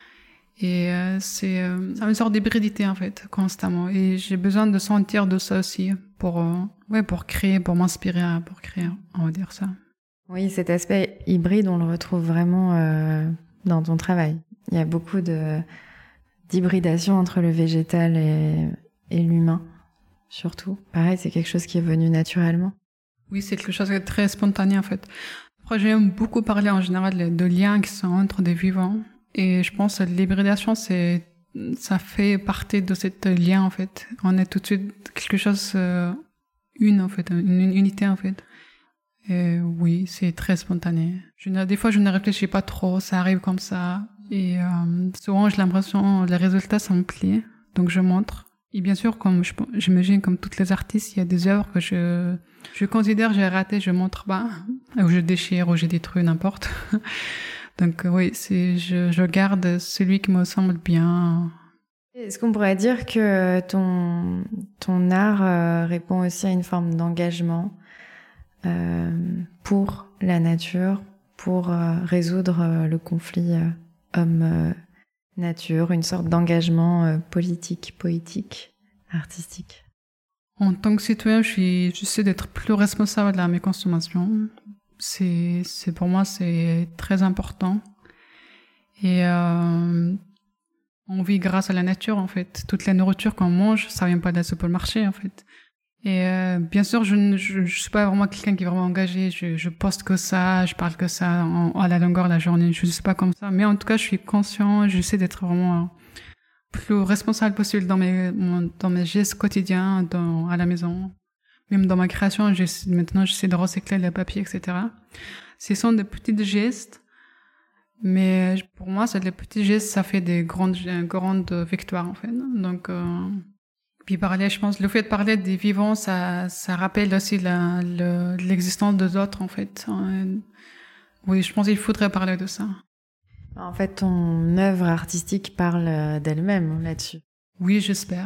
S5: Et euh, c'est, euh, c'est une sorte d'hybridité, en fait, constamment. Et j'ai besoin de sentir de ça aussi pour, euh, ouais, pour créer, pour m'inspirer, pour créer, on va dire ça.
S1: Oui, cet aspect hybride, on le retrouve vraiment euh, dans ton travail. Il y a beaucoup de d'hybridation entre le végétal et, et l'humain, surtout. Pareil, c'est quelque chose qui est venu naturellement.
S5: Oui, c'est quelque chose de très spontané, en fait. Après, j'aime beaucoup parler en général de liens qui sont entre des vivants. Et je pense que l'hybridation, c'est, ça fait partie de cet lien, en fait. On est tout de suite quelque chose, euh, une, en fait, une, une unité, en fait. Et oui, c'est très spontané. Je ne, des fois, je ne réfléchis pas trop, ça arrive comme ça. Et euh, souvent, j'ai l'impression les résultats ça me plaît, donc je montre. Et bien sûr, comme je, j'imagine, comme toutes les artistes, il y a des œuvres que je, je considère j'ai raté, je montre pas, ou je déchire, ou je détruis, n'importe. Donc oui, c'est, je, je garde celui qui me semble bien.
S1: Est-ce qu'on pourrait dire que ton, ton art euh, répond aussi à une forme d'engagement euh, pour la nature, pour euh, résoudre euh, le conflit euh, homme-nature, une sorte d'engagement euh, politique, poétique, artistique?
S5: En tant que citoyen, je suis, j'essaie d'être plus responsable de mes consommations. C'est, c'est pour moi, c'est très important. Et euh, on vit grâce à la nature, en fait. Toute la nourriture qu'on mange, ça vient pas de la supermarché, en fait. Et euh, bien sûr, je ne je, je suis pas vraiment quelqu'un qui est vraiment engagé. Je, je poste que ça, je parle que ça en, à la longueur de la journée. Je suis pas comme ça. Mais en tout cas, je suis conscient. J'essaie d'être vraiment plus responsable possible dans mes dans mes gestes quotidiens, dans à la maison. Même dans ma création, j'essaie, maintenant, j'essaie de recycler les papiers, et cetera. Ce sont des petits gestes, mais pour moi, c'est des petits gestes, ça fait des grandes, grandes victoires, en fait. Donc, euh, Puis parler, je pense, le fait de parler des vivants, ça, ça rappelle aussi la, le, l'existence des autres, en fait. Oui, je pense qu'il faudrait parler de ça.
S1: En fait, ton œuvre artistique parle d'elle-même là-dessus.
S5: Oui, j'espère.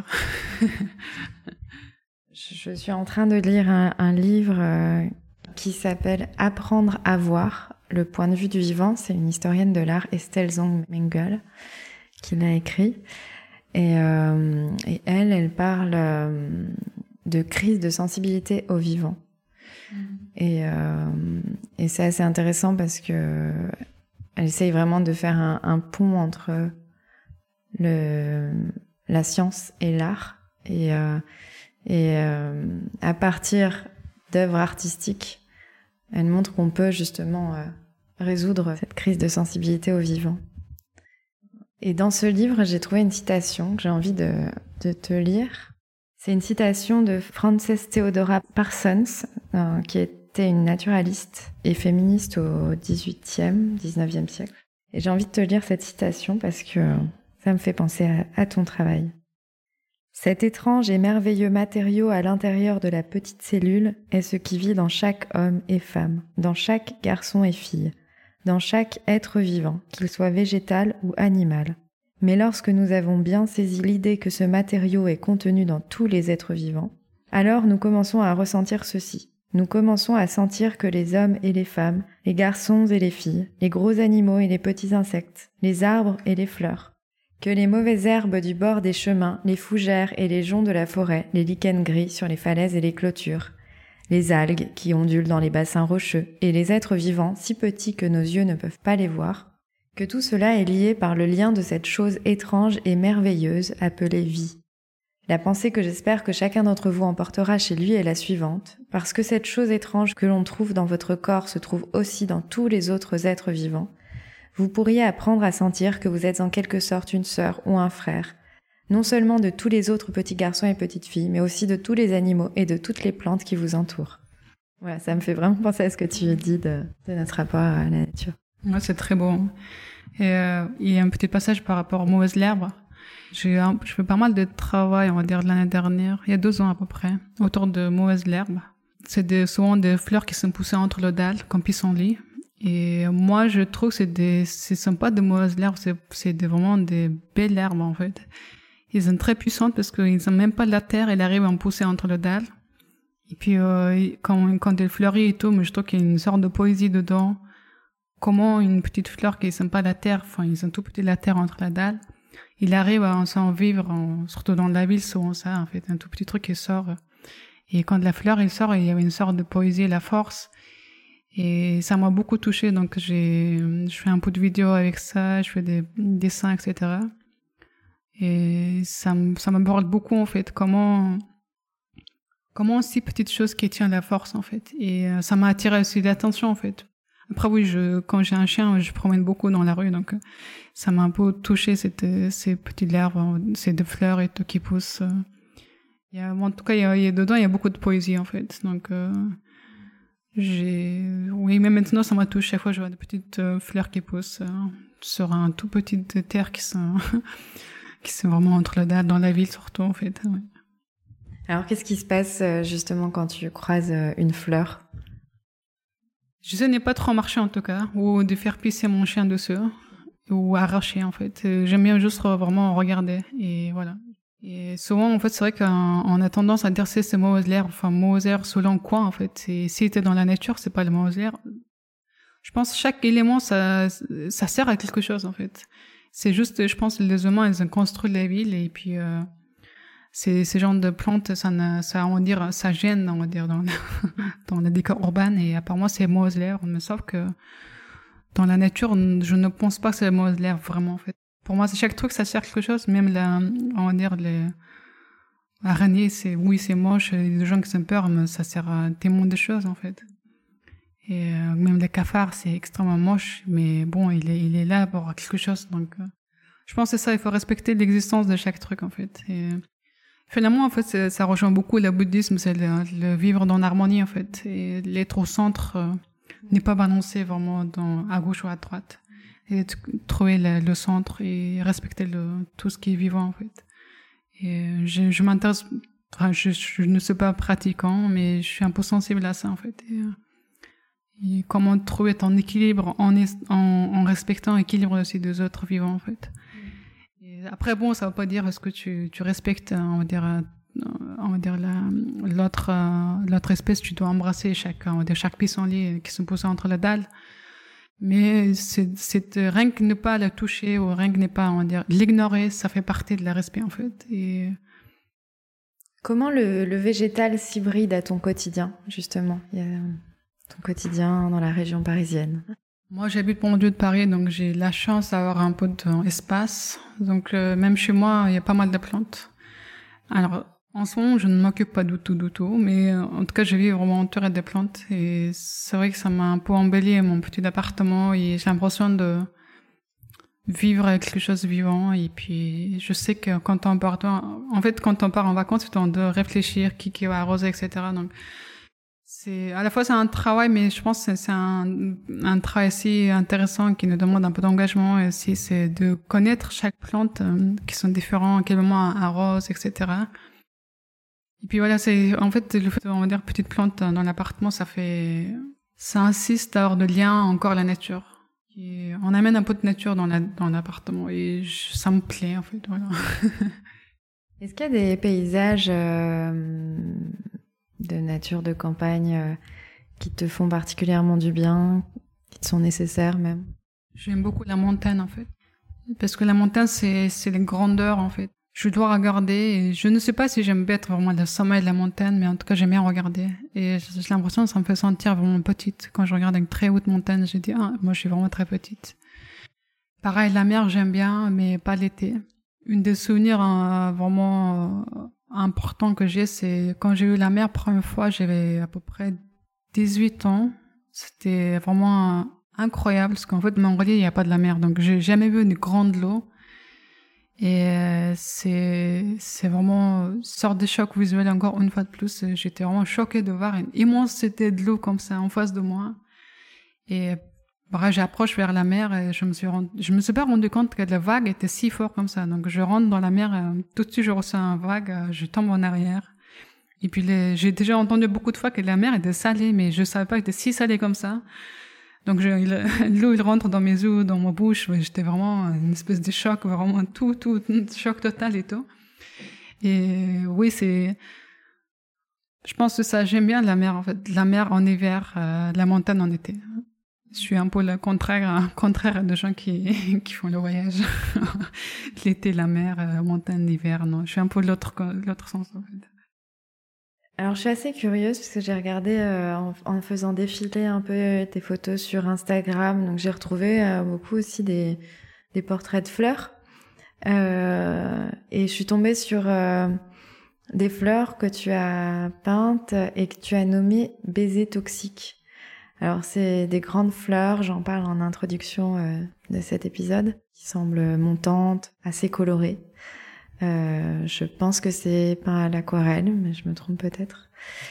S1: Je suis en train de lire un, un livre euh, qui s'appelle « Apprendre à voir, le point de vue du vivant ». C'est une historienne de l'art, Estelle Zhang-Mengel, qui l'a écrit. Et, euh, et elle, elle parle euh, de crise de sensibilité au vivant. Mmh. Et, euh, et c'est assez intéressant parce que elle essaye vraiment de faire un, un pont entre le, la science et l'art. Et, euh, et euh, à partir d'œuvres artistiques, elle montre qu'on peut justement euh, résoudre cette crise de sensibilité au vivant. Et dans ce livre, j'ai trouvé une citation que j'ai envie de, de te lire. C'est une citation de Frances Theodora Parsons, euh, qui était une naturaliste et féministe au dix-huitième, dix-neuvième siècle. Et j'ai envie de te lire cette citation parce que ça me fait penser à, à ton travail. « Cet étrange et merveilleux matériau à l'intérieur de la petite cellule est ce qui vit dans chaque homme et femme, dans chaque garçon et fille, dans chaque être vivant, qu'il soit végétal ou animal. Mais lorsque nous avons bien saisi l'idée que ce matériau est contenu dans tous les êtres vivants, alors nous commençons à ressentir ceci. Nous commençons à sentir que les hommes et les femmes, les garçons et les filles, les gros animaux et les petits insectes, les arbres et les fleurs, que les mauvaises herbes du bord des chemins, les fougères et les joncs de la forêt, les lichens gris sur les falaises et les clôtures, les algues qui ondulent dans les bassins rocheux et les êtres vivants si petits que nos yeux ne peuvent pas les voir, que tout cela est lié par le lien de cette chose étrange et merveilleuse appelée vie. La pensée que j'espère que chacun d'entre vous emportera chez lui est la suivante, parce que cette chose étrange que l'on trouve dans votre corps se trouve aussi dans tous les autres êtres vivants, vous pourriez apprendre à sentir que vous êtes en quelque sorte une sœur ou un frère, non seulement de tous les autres petits garçons et petites filles, mais aussi de tous les animaux et de toutes les plantes qui vous entourent. Voilà, ça me fait vraiment penser à ce que tu dis de, de notre rapport à la nature.
S5: Ouais, c'est très beau. Et euh, il y a un petit passage par rapport aux mauvaises herbes. J'ai un, je fais pas mal de travail, on va dire, de l'année dernière, il y a deux ans à peu près, autour de mauvaises herbes. C'est des, souvent des fleurs qui sont poussées entre le dalle, comme pissenlit. Et moi, je trouve que c'est des, ce sont pas de mauvaises herbes, c'est, c'est des, vraiment des belles herbes, en fait. Ils sont très puissantes parce qu'ils n'ont même pas de la terre, elles arrivent à en pousser entre le dalle. Et puis, euh, quand, quand elles fleurissent et tout, mais je trouve qu'il y a une sorte de poésie dedans. Comment une petite fleur qui n'est pas la terre, enfin, ils ont tout petit la terre entre la dalle, il arrive à s'en vivre, en, surtout dans la ville, souvent ça, en fait, un tout petit truc qui sort. Et quand la fleur, il sort, il y avait une sorte de poésie, la force. Et ça m'a beaucoup touchée, donc j'ai, je fais un peu de vidéo avec ça, je fais des dessins, et cetera. Et ça, ça m'aborde beaucoup, en fait, comment, comment aussi petite chose qui tient la force, en fait. Et euh, ça m'a attiré aussi l'attention, en fait. Après, oui, je, quand j'ai un chien, je promène beaucoup dans la rue, donc ça m'a un peu touché, cette, ces petites herbes, ces deux fleurs et tout qui poussent. Il y a, en tout cas, il y a, il y a dedans, il y a beaucoup de poésie, en fait. Donc, euh, j'ai, oui, mais maintenant, ça m'a touché. Chaque fois, je vois des petites euh, fleurs qui poussent euh, sur un tout petit terre qui sont, qui sont vraiment entre la dalle, dans la ville surtout, en fait. Ouais.
S1: Alors, qu'est-ce qui se passe justement quand tu croises une fleur ?
S5: Je sais, n'est pas trop marcher en tout cas, ou de faire pisser mon chien dessus, ou arracher en fait. J'aime bien juste vraiment regarder, et voilà. Et souvent, en fait, c'est vrai qu'on a tendance à dire c'est ces mauvaises herbes, enfin mauvaises herbes selon quoi en fait. Et si t'es dans la nature, c'est pas les mauvaises herbes. Je pense que chaque élément, ça, ça sert à quelque chose en fait. C'est juste, je pense, les humains, ils ont construit la ville, et puis euh, ces, ces genres de plantes, ça, ça, on va dire, ça gêne, on va dire, dans, dans le décor urbain, et apparemment, c'est mauvaises herbes. Mais sauf que dans la nature, je ne pense pas que c'est mauvaises herbes, vraiment, en fait. Pour moi, c'est chaque truc, ça sert quelque chose, même la, on va dire, les araignées, c'est, oui, c'est moche, il y a des gens qui sont peur, mais ça sert à témoigner des choses, en fait. Et euh, même les cafards, c'est extrêmement moche, mais bon, il est, il est là pour quelque chose, donc, euh, je pense que c'est ça, il faut respecter l'existence de chaque truc, en fait. Et, finalement, en fait, ça rejoint beaucoup le bouddhisme, c'est le, le vivre dans l'harmonie, en fait. Et l'être au centre, euh, n'est pas balancer vraiment dans, à gauche ou à droite. Et t- trouver le, le centre et respecter le, tout ce qui est vivant, en fait. Et je, je m'intéresse, enfin, je, je ne suis pas pratiquant, mais je suis un peu sensible à ça, en fait. Et, et comment trouver ton équilibre en, en, en respectant l'équilibre aussi des autres vivants, en fait. Et après, bon, ça veut pas dire est-ce que tu, tu respectes, on va dire, on va dire la, l'autre, l'autre espèce, tu dois embrasser chaque, on va dire, chaque pissenlit qui se pousse entre les dalles. Mais c'est, c'est rien que ne pas la toucher ou rien que ne pas, on va dire, l'ignorer, ça fait partie de la respect, en fait. Et
S1: comment le, le végétal s'hybride à ton quotidien, justement? Il y a ton quotidien dans la région parisienne.
S5: Moi, j'habite pour mon lieu de Paris, donc j'ai la chance d'avoir un peu d'espace. Donc, euh, même chez moi, il y a pas mal de plantes. Alors, en ce moment, je ne m'occupe pas du tout, du tout, mais euh, en tout cas, je vis vraiment entourée de plantes. Et c'est vrai que ça m'a un peu embelli mon petit appartement et j'ai l'impression de vivre avec quelque chose de vivant. Et puis, je sais que quand on part, en fait, quand on part en vacances, c'est temps de réfléchir qui qui va arroser, et cetera. Donc, c'est, à la fois, c'est un travail, mais je pense que c'est un, un travail assez intéressant qui nous demande un peu d'engagement et aussi, c'est de connaître chaque plante euh, qui sont différents, à quel moment arrose, et cetera. Et puis voilà, c'est, en fait, le fait de, on va dire, petite plante dans l'appartement, ça fait, ça insiste à avoir de lien encore à la nature. Et on amène un peu de nature dans la, dans l'appartement et je, ça me plaît, en fait, voilà.
S1: Est-ce qu'il y a des paysages, euh, de nature, de campagne, euh, qui te font particulièrement du bien, qui te sont nécessaires même?
S5: J'aime beaucoup la montagne, en fait. Parce que la montagne, c'est, c'est les grandeurs, en fait. Je dois regarder et je ne sais pas si j'aime bien être vraiment le sommet de la montagne, mais en tout cas, j'aime bien regarder. Et j'ai l'impression que ça me fait sentir vraiment petite. Quand je regarde une très haute montagne, je dis, ah, moi, je suis vraiment très petite. Pareil, la mer, j'aime bien, mais pas l'été. Une des souvenirs euh, vraiment euh, importants que j'ai, c'est quand j'ai eu la mer, première fois, j'avais à peu près dix-huit ans. C'était vraiment euh, incroyable, parce qu'en fait, Mongolie, il n'y a pas de la mer. Donc, j'ai jamais vu une grande eau. Et euh, c'est c'est vraiment une sorte de choc visuel encore une fois de plus. J'étais vraiment choquée de voir une immensité de l'eau comme ça en face de moi. Et bref, j'approche vers la mer et je me suis rendu, je me suis pas rendu compte que la vague était si forte comme ça. Donc je rentre dans la mer, et tout de suite je ressens une vague, je tombe en arrière. Et puis les, j'ai déjà entendu beaucoup de fois que la mer était salée, mais je savais pas qu'elle était si salée comme ça. Donc, je, il, l'eau, il rentre dans mes yeux, dans ma bouche. J'étais vraiment une espèce de choc, vraiment tout, tout, choc total et tout. Et oui, c'est, je pense que ça, j'aime bien la mer, en fait. La mer en hiver, euh, la montagne en été. Je suis un peu le contraire, contraire de gens qui, qui font le voyage. L'été, la mer, euh, montagne, l'hiver, non. Je suis un peu l'autre, l'autre sens, en fait.
S1: Alors, je suis assez curieuse parce que j'ai regardé euh, en, en faisant défiler un peu tes photos sur Instagram. Donc, j'ai retrouvé euh, beaucoup aussi des, des portraits de fleurs. Euh, et je suis tombée sur euh, des fleurs que tu as peintes et que tu as nommées baisers toxiques. Alors, c'est des grandes fleurs, j'en parle en introduction euh, de cet épisode, qui semblent montantes, assez colorées. Euh, je pense que c'est peint à l'aquarelle, mais je me trompe peut-être.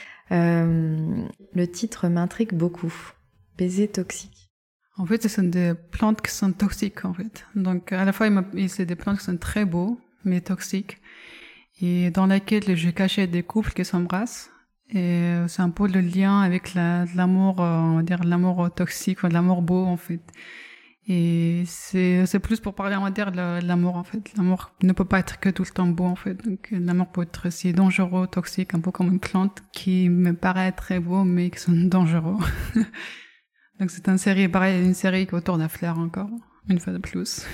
S1: Euh, le titre m'intrigue beaucoup. Baiser toxique.
S5: En fait, ce sont des plantes qui sont toxiques, en fait. Donc, à la fois, c'est des plantes qui sont très beaux, mais toxiques, et dans lesquelles je cachais des couples qui s'embrassent. Et c'est un peu le lien avec la, l'amour, on va dire l'amour toxique, l'amour beau, en fait. Et c'est, c'est plus pour parler, on va dire, de l'amour, en fait. L'amour ne peut pas être que tout le temps beau, en fait. Donc, l'amour peut être aussi dangereux, toxique, un peu comme une plante qui me paraît très beau, mais qui sont dangereux. Donc, c'est une série, pareil, une série qui est autour de la fleur encore, une fois de plus.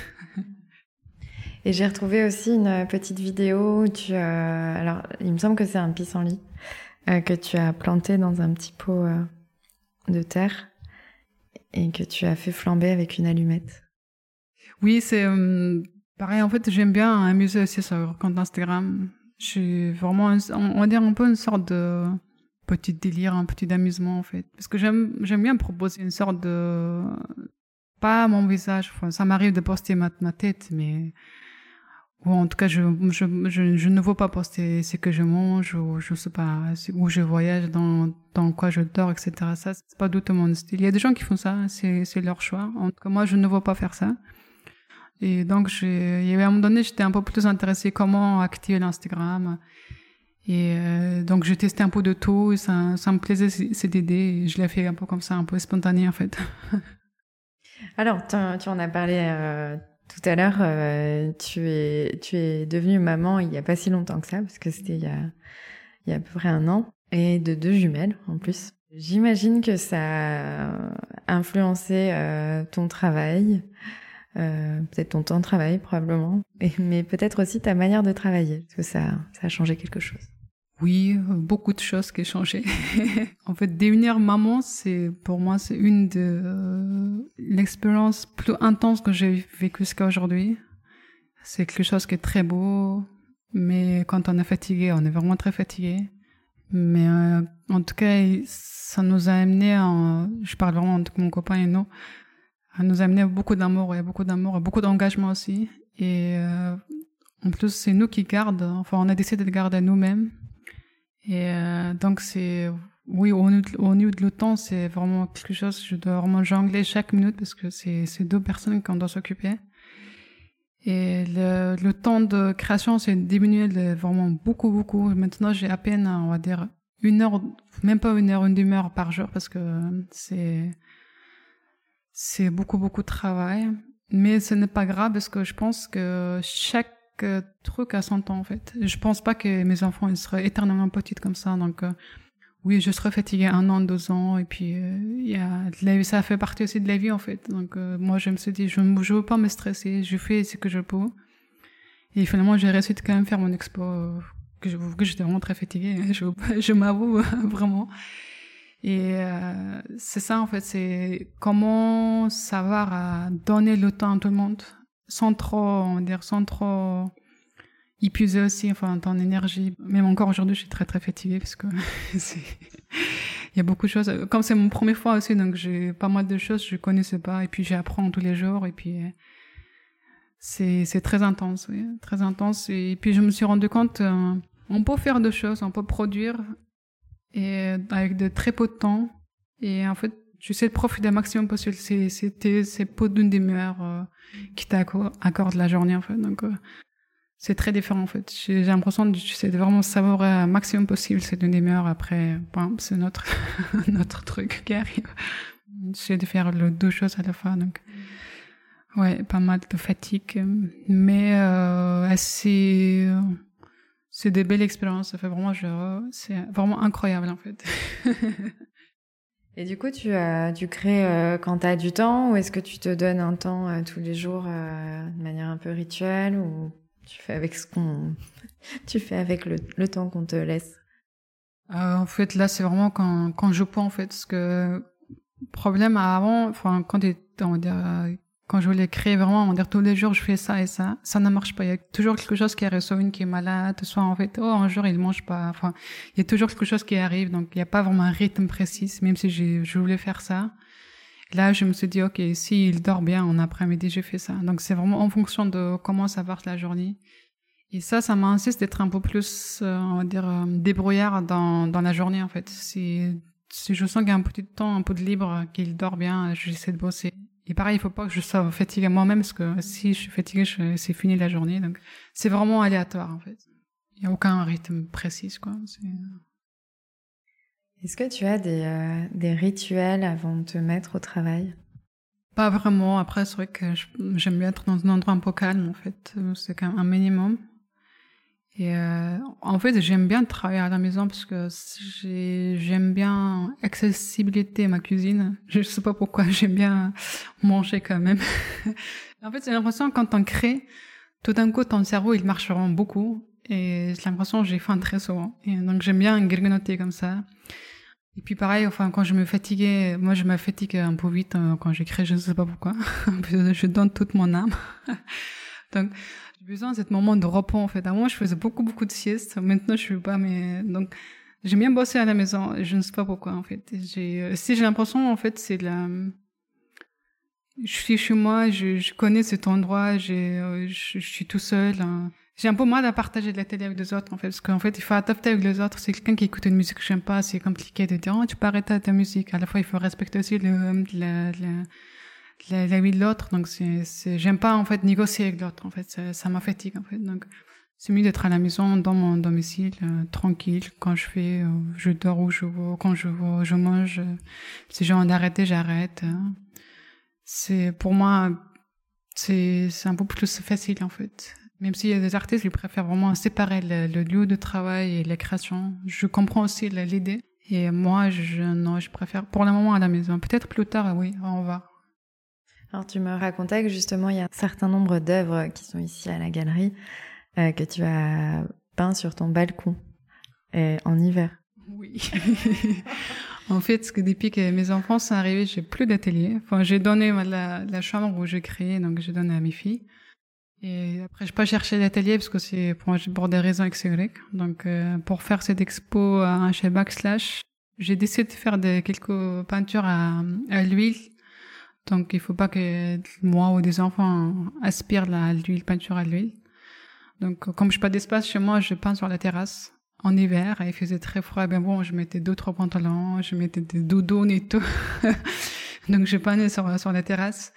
S1: Et j'ai retrouvé aussi une petite vidéo où tu, euh, alors, il me semble que c'est un pissenlit, euh, que tu as planté dans un petit pot, euh, de terre. Et que tu as fait flamber avec une allumette.
S5: Oui, c'est euh, pareil. En fait, j'aime bien amuser aussi sur le compte Instagram. J'ai vraiment, on va dire un peu une sorte de petit délire, un petit amusement en fait, parce que j'aime, j'aime bien proposer une sorte de, pas mon visage. Enfin, ça m'arrive de poster ma, ma tête, mais ou en tout cas, je, je, je, je ne veux pas poster ce que je mange ou je sais pas où je voyage, dans, dans quoi je dors, et cetera. Ça, c'est pas du tout mon style. Il y a des gens qui font ça, c'est, c'est leur choix. En tout cas, moi, je ne veux pas faire ça. Et donc, j'ai, il y avait à un moment donné, j'étais un peu plus intéressée comment activer l'Instagram. Et euh, donc, j'ai testé un peu de tout et ça, ça me plaisait, cette idée. Et je l'ai fait un peu comme ça, un peu spontané, en fait.
S1: Alors, tu en as parlé euh, tout à l'heure. Euh, tu es, tu es devenue maman il n'y a pas si longtemps que ça, parce que c'était il y a, il y a à peu près un an. Et de deux jumelles, en plus. J'imagine que ça a influencé euh, ton travail. Euh, peut-être ton temps de travail probablement, et, mais peut-être aussi ta manière de travailler, parce que ça, ça a changé quelque chose.
S5: Oui, beaucoup de choses qui ont changé. En fait, devenir maman, c'est pour moi c'est une de euh, l'expérience plus intense que j'ai vécue jusqu'à aujourd'hui. C'est quelque chose qui est très beau, mais quand on est fatigué, on est vraiment très fatigué. Mais euh, en tout cas, ça nous a amené, en, je parle vraiment entre mon copain et nous. Ça nous a amené beaucoup d'amour, et beaucoup d'amour, et beaucoup d'engagement aussi. Et euh, en plus, c'est nous qui gardons. Enfin, on a décidé de garder nous-mêmes. Et euh, donc, c'est... Oui, au, au niveau de le temps, c'est vraiment quelque chose... Je dois vraiment jongler chaque minute parce que c'est, c'est deux personnes qu'on doit s'occuper. Et le, le temps de création, c'est diminué de vraiment beaucoup, beaucoup. Maintenant, j'ai à peine, on va dire, une heure, même pas une heure, une demi-heure par jour parce que c'est... C'est beaucoup, beaucoup de travail. Mais ce n'est pas grave parce que je pense que chaque truc a son temps, en fait. Je pense pas que mes enfants, ils seraient éternellement petites comme ça. Donc, euh, oui, je serais fatiguée un an, deux ans. Et puis, euh, y a de la, ça fait partie aussi de la vie, en fait. Donc, euh, moi, je me suis dit, je ne veux pas me stresser. Je fais ce que je peux. Et finalement, j'ai réussi de quand même faire mon expo, euh, que, je, que j'étais vraiment très fatiguée. Je, je m'avoue, vraiment. Et euh, c'est ça en fait, c'est comment savoir à donner le temps à tout le monde sans trop, on va dire, sans trop épuiser aussi, enfin, ton énergie. Même encore aujourd'hui, je suis très très fatiguée parce que c'est... il y a beaucoup de choses. Comme c'est mon première fois aussi, donc j'ai pas mal de choses je connaissais pas et puis j'apprends tous les jours et puis c'est c'est très intense, oui, très intense. Et puis je me suis rendu compte, euh, on peut faire deux choses, on peut produire. Et avec de très peu de temps. Et en fait, j'essaie de profiter un maximum possible. C'est, c'était, c'est peu d'une demi-heure euh, qui t'accorde la journée, en fait. Donc, euh, c'est très différent, en fait. J'ai, j'ai l'impression de, j'essaie de vraiment savourer un maximum possible cette une demi-heure. Après, bon, c'est notre, notre truc qui arrive. J'essaie de faire le deux choses à la fois, donc. Ouais, pas mal de fatigue. Mais, euh, assez, euh, c'est des belles expériences, ça fait vraiment, je, c'est vraiment incroyable en fait.
S1: Et du coup, tu, euh, tu crées euh, quand tu as du temps ou est-ce que tu te donnes un temps euh, tous les jours euh, de manière un peu rituelle ou tu fais avec ce qu'on, tu fais avec le, le temps qu'on te laisse?
S5: euh, En fait, là, c'est vraiment quand, quand je peux en fait, parce que problème avant, enfin quand on va dire. Euh, Quand je voulais créer vraiment, on va dire tous les jours, je fais ça et ça, ça ne marche pas. Il y a toujours quelque chose qui arrive, soit une qui est malade, soit en fait, oh, un jour, il mange pas. Enfin, il y a toujours quelque chose qui arrive, donc il n'y a pas vraiment un rythme précis, même si j'ai, je voulais faire ça. Là, je me suis dit, ok, s'il dort bien en après-midi, je fais ça. Donc c'est vraiment en fonction de comment ça va la journée. Et ça, ça m'insiste d'être un peu plus, euh, on va dire, euh, débrouillard dans, dans la journée, en fait. Si, si je sens qu'il y a un petit temps, un peu de libre, qu'il dort bien, j'essaie de bosser. Et pareil, il faut pas que je sois fatiguée moi-même, parce que si je suis fatiguée, je, c'est fini la journée. Donc, c'est vraiment aléatoire, en fait. Il n'y a aucun rythme précis, quoi. C'est...
S1: Est-ce que tu as des, euh, des rituels avant de te mettre au travail?
S5: Pas vraiment. Après, c'est vrai que je, j'aime bien être dans un endroit un peu calme, en fait. C'est quand même un minimum. Et euh, en fait, j'aime bien travailler à la maison parce que j'ai, j'aime bien accessibilité à ma cuisine. Je sais pas pourquoi, j'aime bien manger quand même. En fait, j'ai l'impression que quand on crée, tout d'un coup, ton cerveau, il marche vraiment beaucoup. Et j'ai l'impression que j'ai faim très souvent. Et donc, j'aime bien grignoter comme ça. Et puis pareil, enfin, quand je me fatiguais, moi, je me fatigue un peu vite quand j'écris, je ne sais pas pourquoi. Je donne toute mon âme. Donc, j'ai besoin de ce moment de repos, en fait. Avant, je faisais beaucoup, beaucoup de siestes. Maintenant, je fais pas, mais, donc, j'aime bien bosser à la maison. Je ne sais pas pourquoi, en fait. J'ai, si j'ai l'impression, en fait, c'est la, je suis chez moi, je, je connais cet endroit, j'ai, je, je suis tout seul. Hein. J'ai un peu mal à partager de la télé avec les autres, en fait, parce qu'en fait, il faut adapter avec les autres. C'est quelqu'un qui écoute une musique que j'aime pas, c'est compliqué de dire, oh, tu peux arrêter ta musique. À la fois, il faut respecter aussi le, la, la, la, la vie de l'autre. Donc, c'est, c'est, j'aime pas, en fait, négocier avec l'autre. En fait, ça, ça m'a fatigue, en fait. Donc, c'est mieux d'être à la maison, dans mon domicile, euh, tranquille. Quand je fais, euh, je dors où je veux. Quand je veux, je mange. Euh, si j'ai envie d'arrêter, j'arrête. Hein. C'est, pour moi, c'est, c'est un peu plus facile, en fait. Même s'il y a des artistes, ils préfèrent vraiment séparer le, le lieu de travail et la création. Je comprends aussi l'idée. Et moi, je, non, je préfère pour le moment à la maison. Peut-être plus tard, oui, on va.
S1: Alors, tu me racontais que justement, il y a un certain nombre d'œuvres qui sont ici à la galerie euh, que tu as peint sur ton balcon euh, en hiver.
S5: Oui. En fait, ce que depuis que mes enfants sont arrivés, j'ai plus d'atelier. Enfin, j'ai donné la, la chambre où j'ai créé, donc j'ai donné à mes filles. Et après, j'ai pas cherché d'atelier parce que c'est pour, pour des raisons X Y. Donc, euh, pour faire cette expo à, chez Backslash, j'ai décidé de faire des, quelques peintures à, à l'huile. Donc, il faut pas que moi ou des enfants aspirent la, l'huile, peinture à l'huile. Donc, comme je n'ai pas d'espace chez moi, je peins sur la terrasse en hiver. Et il faisait très froid. Ben bon, je mettais deux, trois pantalons, je mettais des doudounes et tout. Donc, je peignais sur, sur la terrasse.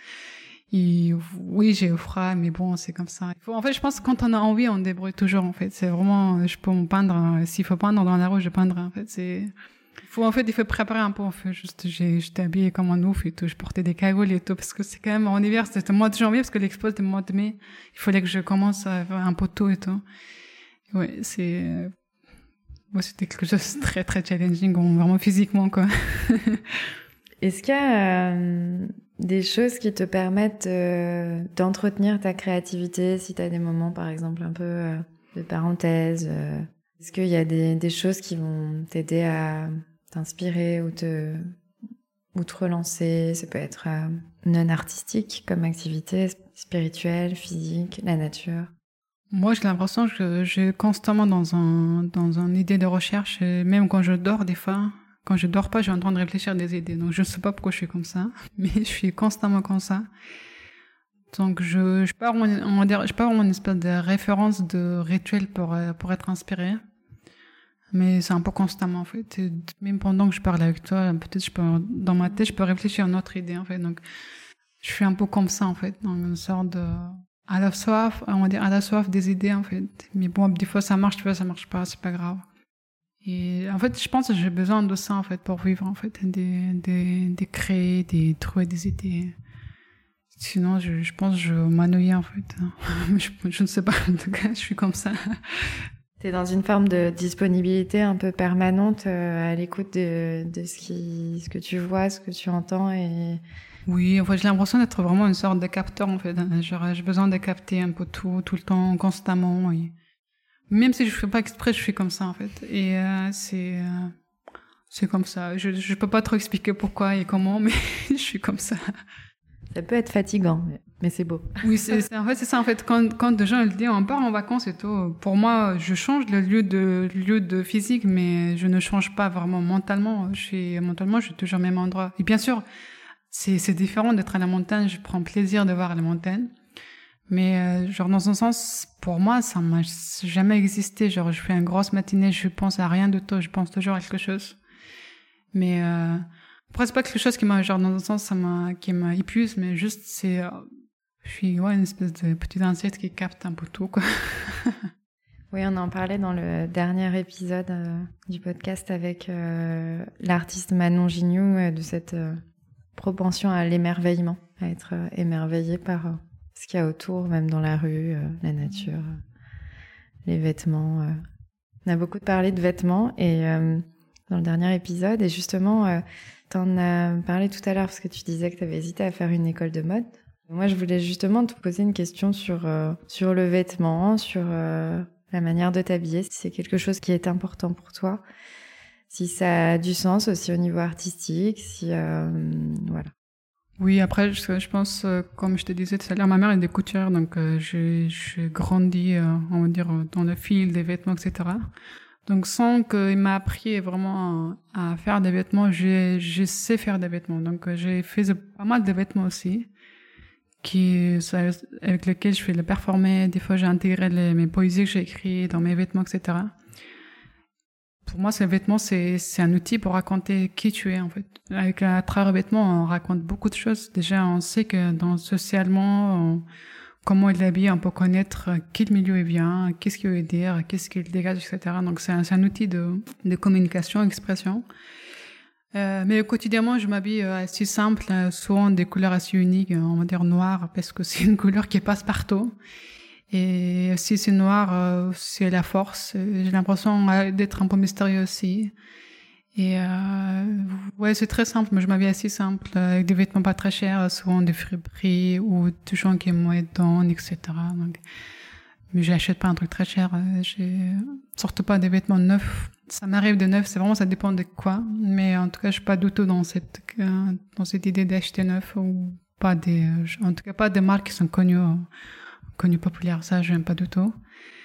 S5: Et oui, j'ai froid, mais bon, c'est comme ça. Il faut, en fait, je pense que quand on a envie, on débrouille toujours, en fait. C'est vraiment, je peux me peindre, s'il faut peindre dans la rue, je peindrai, en fait. C'est, il faut, en fait, il faut préparer un peu, en fait. Juste, j'ai, j'étais habillée comme un ouf et tout. Je portais des cagoules et tout, parce que c'est quand même en hiver, c'était le mois de janvier, parce que l'expo, c'était le mois de mai. Il fallait que je commence à faire un peu tôt et tout. Ouais, c'est, ouais, c'était quelque chose de très, très challenging, vraiment physiquement, quoi.
S1: Est-ce qu'il y a euh, des choses qui te permettent euh, d'entretenir ta créativité, si tu as des moments, par exemple, un peu euh, de parenthèse euh, est-ce qu'il y a des, des choses qui vont t'aider à t'inspirer ou te, ou te relancer? Ça peut être euh, non artistique comme activité, spirituelle, physique, la nature.
S5: Moi, j'ai l'impression que je suis constamment dans un, dans une idée de recherche, et même quand je dors des fois. Quand je dors pas, je suis en train de réfléchir à des idées. Donc, je ne sais pas pourquoi je suis comme ça, mais je suis constamment comme ça. Donc, je je pas vraiment, on va dire, je pas vraiment une espèce de référence de rituel pour pour être inspirée. Mais c'est un peu constamment, en fait. Et même pendant que je parle avec toi, peut-être je peux, dans ma tête, je peux réfléchir à une autre idée, en fait. Donc, je suis un peu comme ça, en fait, dans une sorte de, à la soif, on va dire, à la soif des idées, en fait. Mais bon, des fois, ça marche, des fois, ça marche pas, c'est pas grave. Et en fait, je pense que j'ai besoin de ça, en fait, pour vivre, en fait, des, des, des créer, des trouver des idées. Sinon, je, je pense que je m'ennuie, en fait. je, je ne sais pas, en tout cas, je suis comme ça.
S1: T'es dans une forme de disponibilité un peu permanente euh, à l'écoute de, de ce qui, ce que tu vois, ce que tu entends et...
S5: Oui, en fait, j'ai l'impression d'être vraiment une sorte de capteur, en fait. Genre, j'ai besoin de capter un peu tout, tout le temps, constamment, et... Même si je fais pas exprès, je suis comme ça, en fait. Et euh, c'est euh, c'est comme ça. Je je peux pas trop expliquer pourquoi et comment, mais je suis comme ça.
S1: Ça peut être fatigant, mais c'est beau.
S5: Oui, c'est, c'est en fait c'est ça. En fait, quand quand des gens ils disent on part en vacances et tout, pour moi, je change le lieu de lieu de physique, mais je ne change pas vraiment mentalement. Je suis mentalement, je suis toujours au même endroit. Et bien sûr, c'est c'est différent d'être à la montagne. Je prends plaisir de voir la montagne. Mais euh, genre dans un sens, pour moi, ça m'a jamais existé. Genre je fais une grosse matinée, je pense à rien de tout, je pense toujours à quelque chose. Mais euh, après c'est pas quelque chose qui m'a genre dans un sens ça m'a qui m'a épuise, mais juste c'est euh, je suis ouais une espèce de petite insecte qui capte un peu tout quoi.
S1: Oui, on en parlait dans le dernier épisode euh, du podcast avec euh, l'artiste Manon Gignoux euh, de cette euh, propension à l'émerveillement, à être euh, émerveillé par euh, ce qu'il y a autour, même dans la rue, euh, la nature, euh, les vêtements. Euh. On a beaucoup parlé de vêtements et euh, dans le dernier épisode, et justement, euh, t'en as parlé tout à l'heure parce que tu disais que t'avais hésité à faire une école de mode. Moi, je voulais justement te poser une question sur euh, sur le vêtement, sur euh, la manière de t'habiller, si c'est quelque chose qui est important pour toi, si ça a du sens aussi au niveau artistique, si euh, voilà.
S5: Oui, après, je, je pense, euh, comme je te disais tout à l'heure, ma mère est des couturières, donc euh, j'ai, j'ai grandi, euh, on va dire, dans le fil des vêtements, et cetera. Donc, sans qu'il m'a appris vraiment à, à faire des vêtements, j'ai, je sais faire des vêtements. Donc, euh, j'ai fait pas mal de vêtements aussi, qui, ça, avec lesquels je fais le performer. Des fois, j'ai intégré les, mes poésies que j'ai écrites dans mes vêtements, et cetera. Pour moi, ces vêtements, c'est, c'est un outil pour raconter qui tu es, en fait. Avec, à travers les vêtements, on raconte beaucoup de choses. Déjà, on sait que dans, socialement, on, comment il est habillé, on peut connaître quel milieu il vient, qu'est-ce qu'il veut dire, qu'est-ce qu'il dégage, et cetera. Donc, c'est un, c'est un outil de, de communication, expression. Euh, mais quotidiennement, je m'habille assez simple, souvent des couleurs assez uniques, on va dire noir, parce que c'est une couleur qui passe partout. Et si c'est noir, euh, c'est la force. J'ai l'impression d'être un peu mystérieux aussi. Et euh, ouais, c'est très simple. Moi, je m'habille assez simple, avec des vêtements pas très chers, souvent des friperies ou des gens qui m'ont aidé, et cetera. Donc, mais j'achète pas un truc très cher. J'ai surtout pas des vêtements neufs. Ça m'arrive de neuf, c'est vraiment, ça dépend de quoi. Mais en tout cas, je suis pas du tout dans cette euh, dans cette idée d'acheter neuf ou pas des, en tout cas pas des marques qui sont connues. Connu populaire, ça j'aime pas du tout.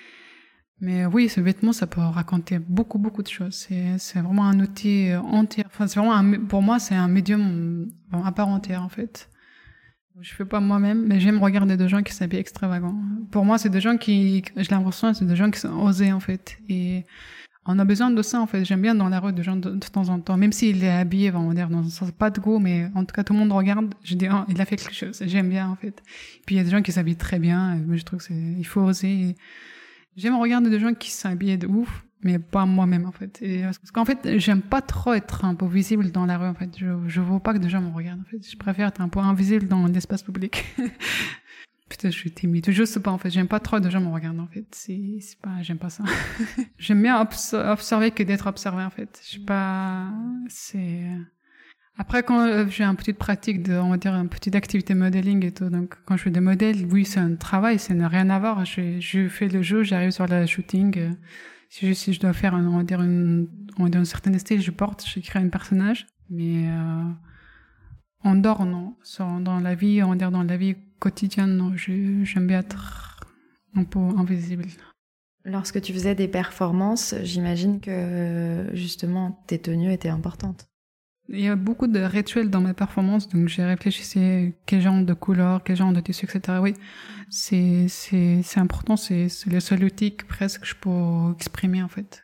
S5: Mais oui, ce vêtement, ça peut raconter beaucoup beaucoup de choses. C'est c'est vraiment un outil entier. Enfin, c'est vraiment un, pour moi, c'est un médium bon, à part entière en fait. Je fais pas moi-même, mais j'aime regarder des gens qui s'habillent extravagants. Pour moi, c'est des gens qui, j'ai l'impression, c'est des gens qui sont osés en fait. Et on a besoin de ça en fait. J'aime bien dans la rue des gens de, de temps en temps, même s'il est habillé, on va dire dans un sens pas de goût, mais en tout cas tout le monde regarde. Je dis, oh, il a fait quelque chose. J'aime bien en fait. Puis il y a des gens qui s'habillent très bien. Mais je trouve que c'est, il faut oser. Et j'aime regarder des gens qui s'habillent de ouf, mais pas moi-même en fait. Et parce qu'en fait, j'aime pas trop être un peu visible dans la rue en fait. Je je veux pas que des gens me regardent en fait. Je préfère être un peu invisible dans l'espace public. Putain, je suis timide. Je sais pas, en fait. J'aime pas trop de gens me regardent, en fait. C'est, c'est pas, j'aime pas ça. J'aime bien obs- observer que d'être observé, en fait. Je sais pas, c'est, après, quand euh, j'ai une petite pratique de, on va dire, une petite activité modeling et tout, donc, quand je fais des modèles, oui, c'est un travail, ça n'a rien à voir. Je, je fais le jeu, j'arrive sur la shooting, euh, si je, si je dois faire, un, on va dire, une, on va dire, une certaine style, je porte, je crée un personnage, mais, euh, en dehors, non. Sur, dans la vie, on va dire, dans la vie quotidienne, non. Je, j'aime bien être un peu invisible.
S1: Lorsque tu faisais des performances, j'imagine que, justement, tes tenues étaient importantes.
S5: Il y a beaucoup de rituels dans mes performances, donc j'ai réfléchi quel genre de couleurs, quel genre de tissu, et cetera. Oui, c'est, c'est, c'est important, c'est, c'est le seul outil que presque je peux exprimer, en fait.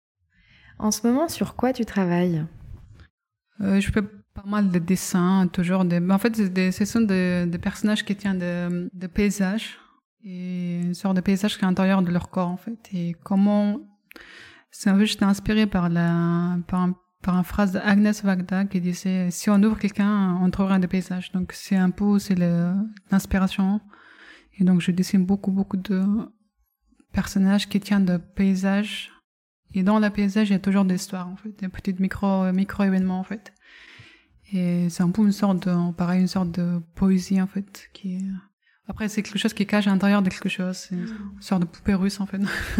S1: En ce moment, sur quoi tu travailles?
S5: euh, Je fais pas mal de dessins, toujours des, en fait, c'est des, ce sont des, des personnages qui tiennent de, de paysages, et une sorte de paysage qui est à l'intérieur de leur corps, en fait. Et comment, c'est un peu, j'étais inspirée par la, par un, par une phrase d'Agnès Varda qui disait, si on ouvre quelqu'un, on trouvera des paysages. Donc, c'est un peu, c'est le, l'inspiration. Et donc, je dessine beaucoup, beaucoup de personnages qui tiennent de paysages. Et dans le paysage, il y a toujours des histoires, en fait, des petites micro, micro-événements, en fait. Et c'est un peu une sorte de, pareil, une sorte de poésie, en fait, qui est... Après, c'est quelque chose qui cache à l'intérieur de quelque chose. C'est une sorte de poupée russe, en fait.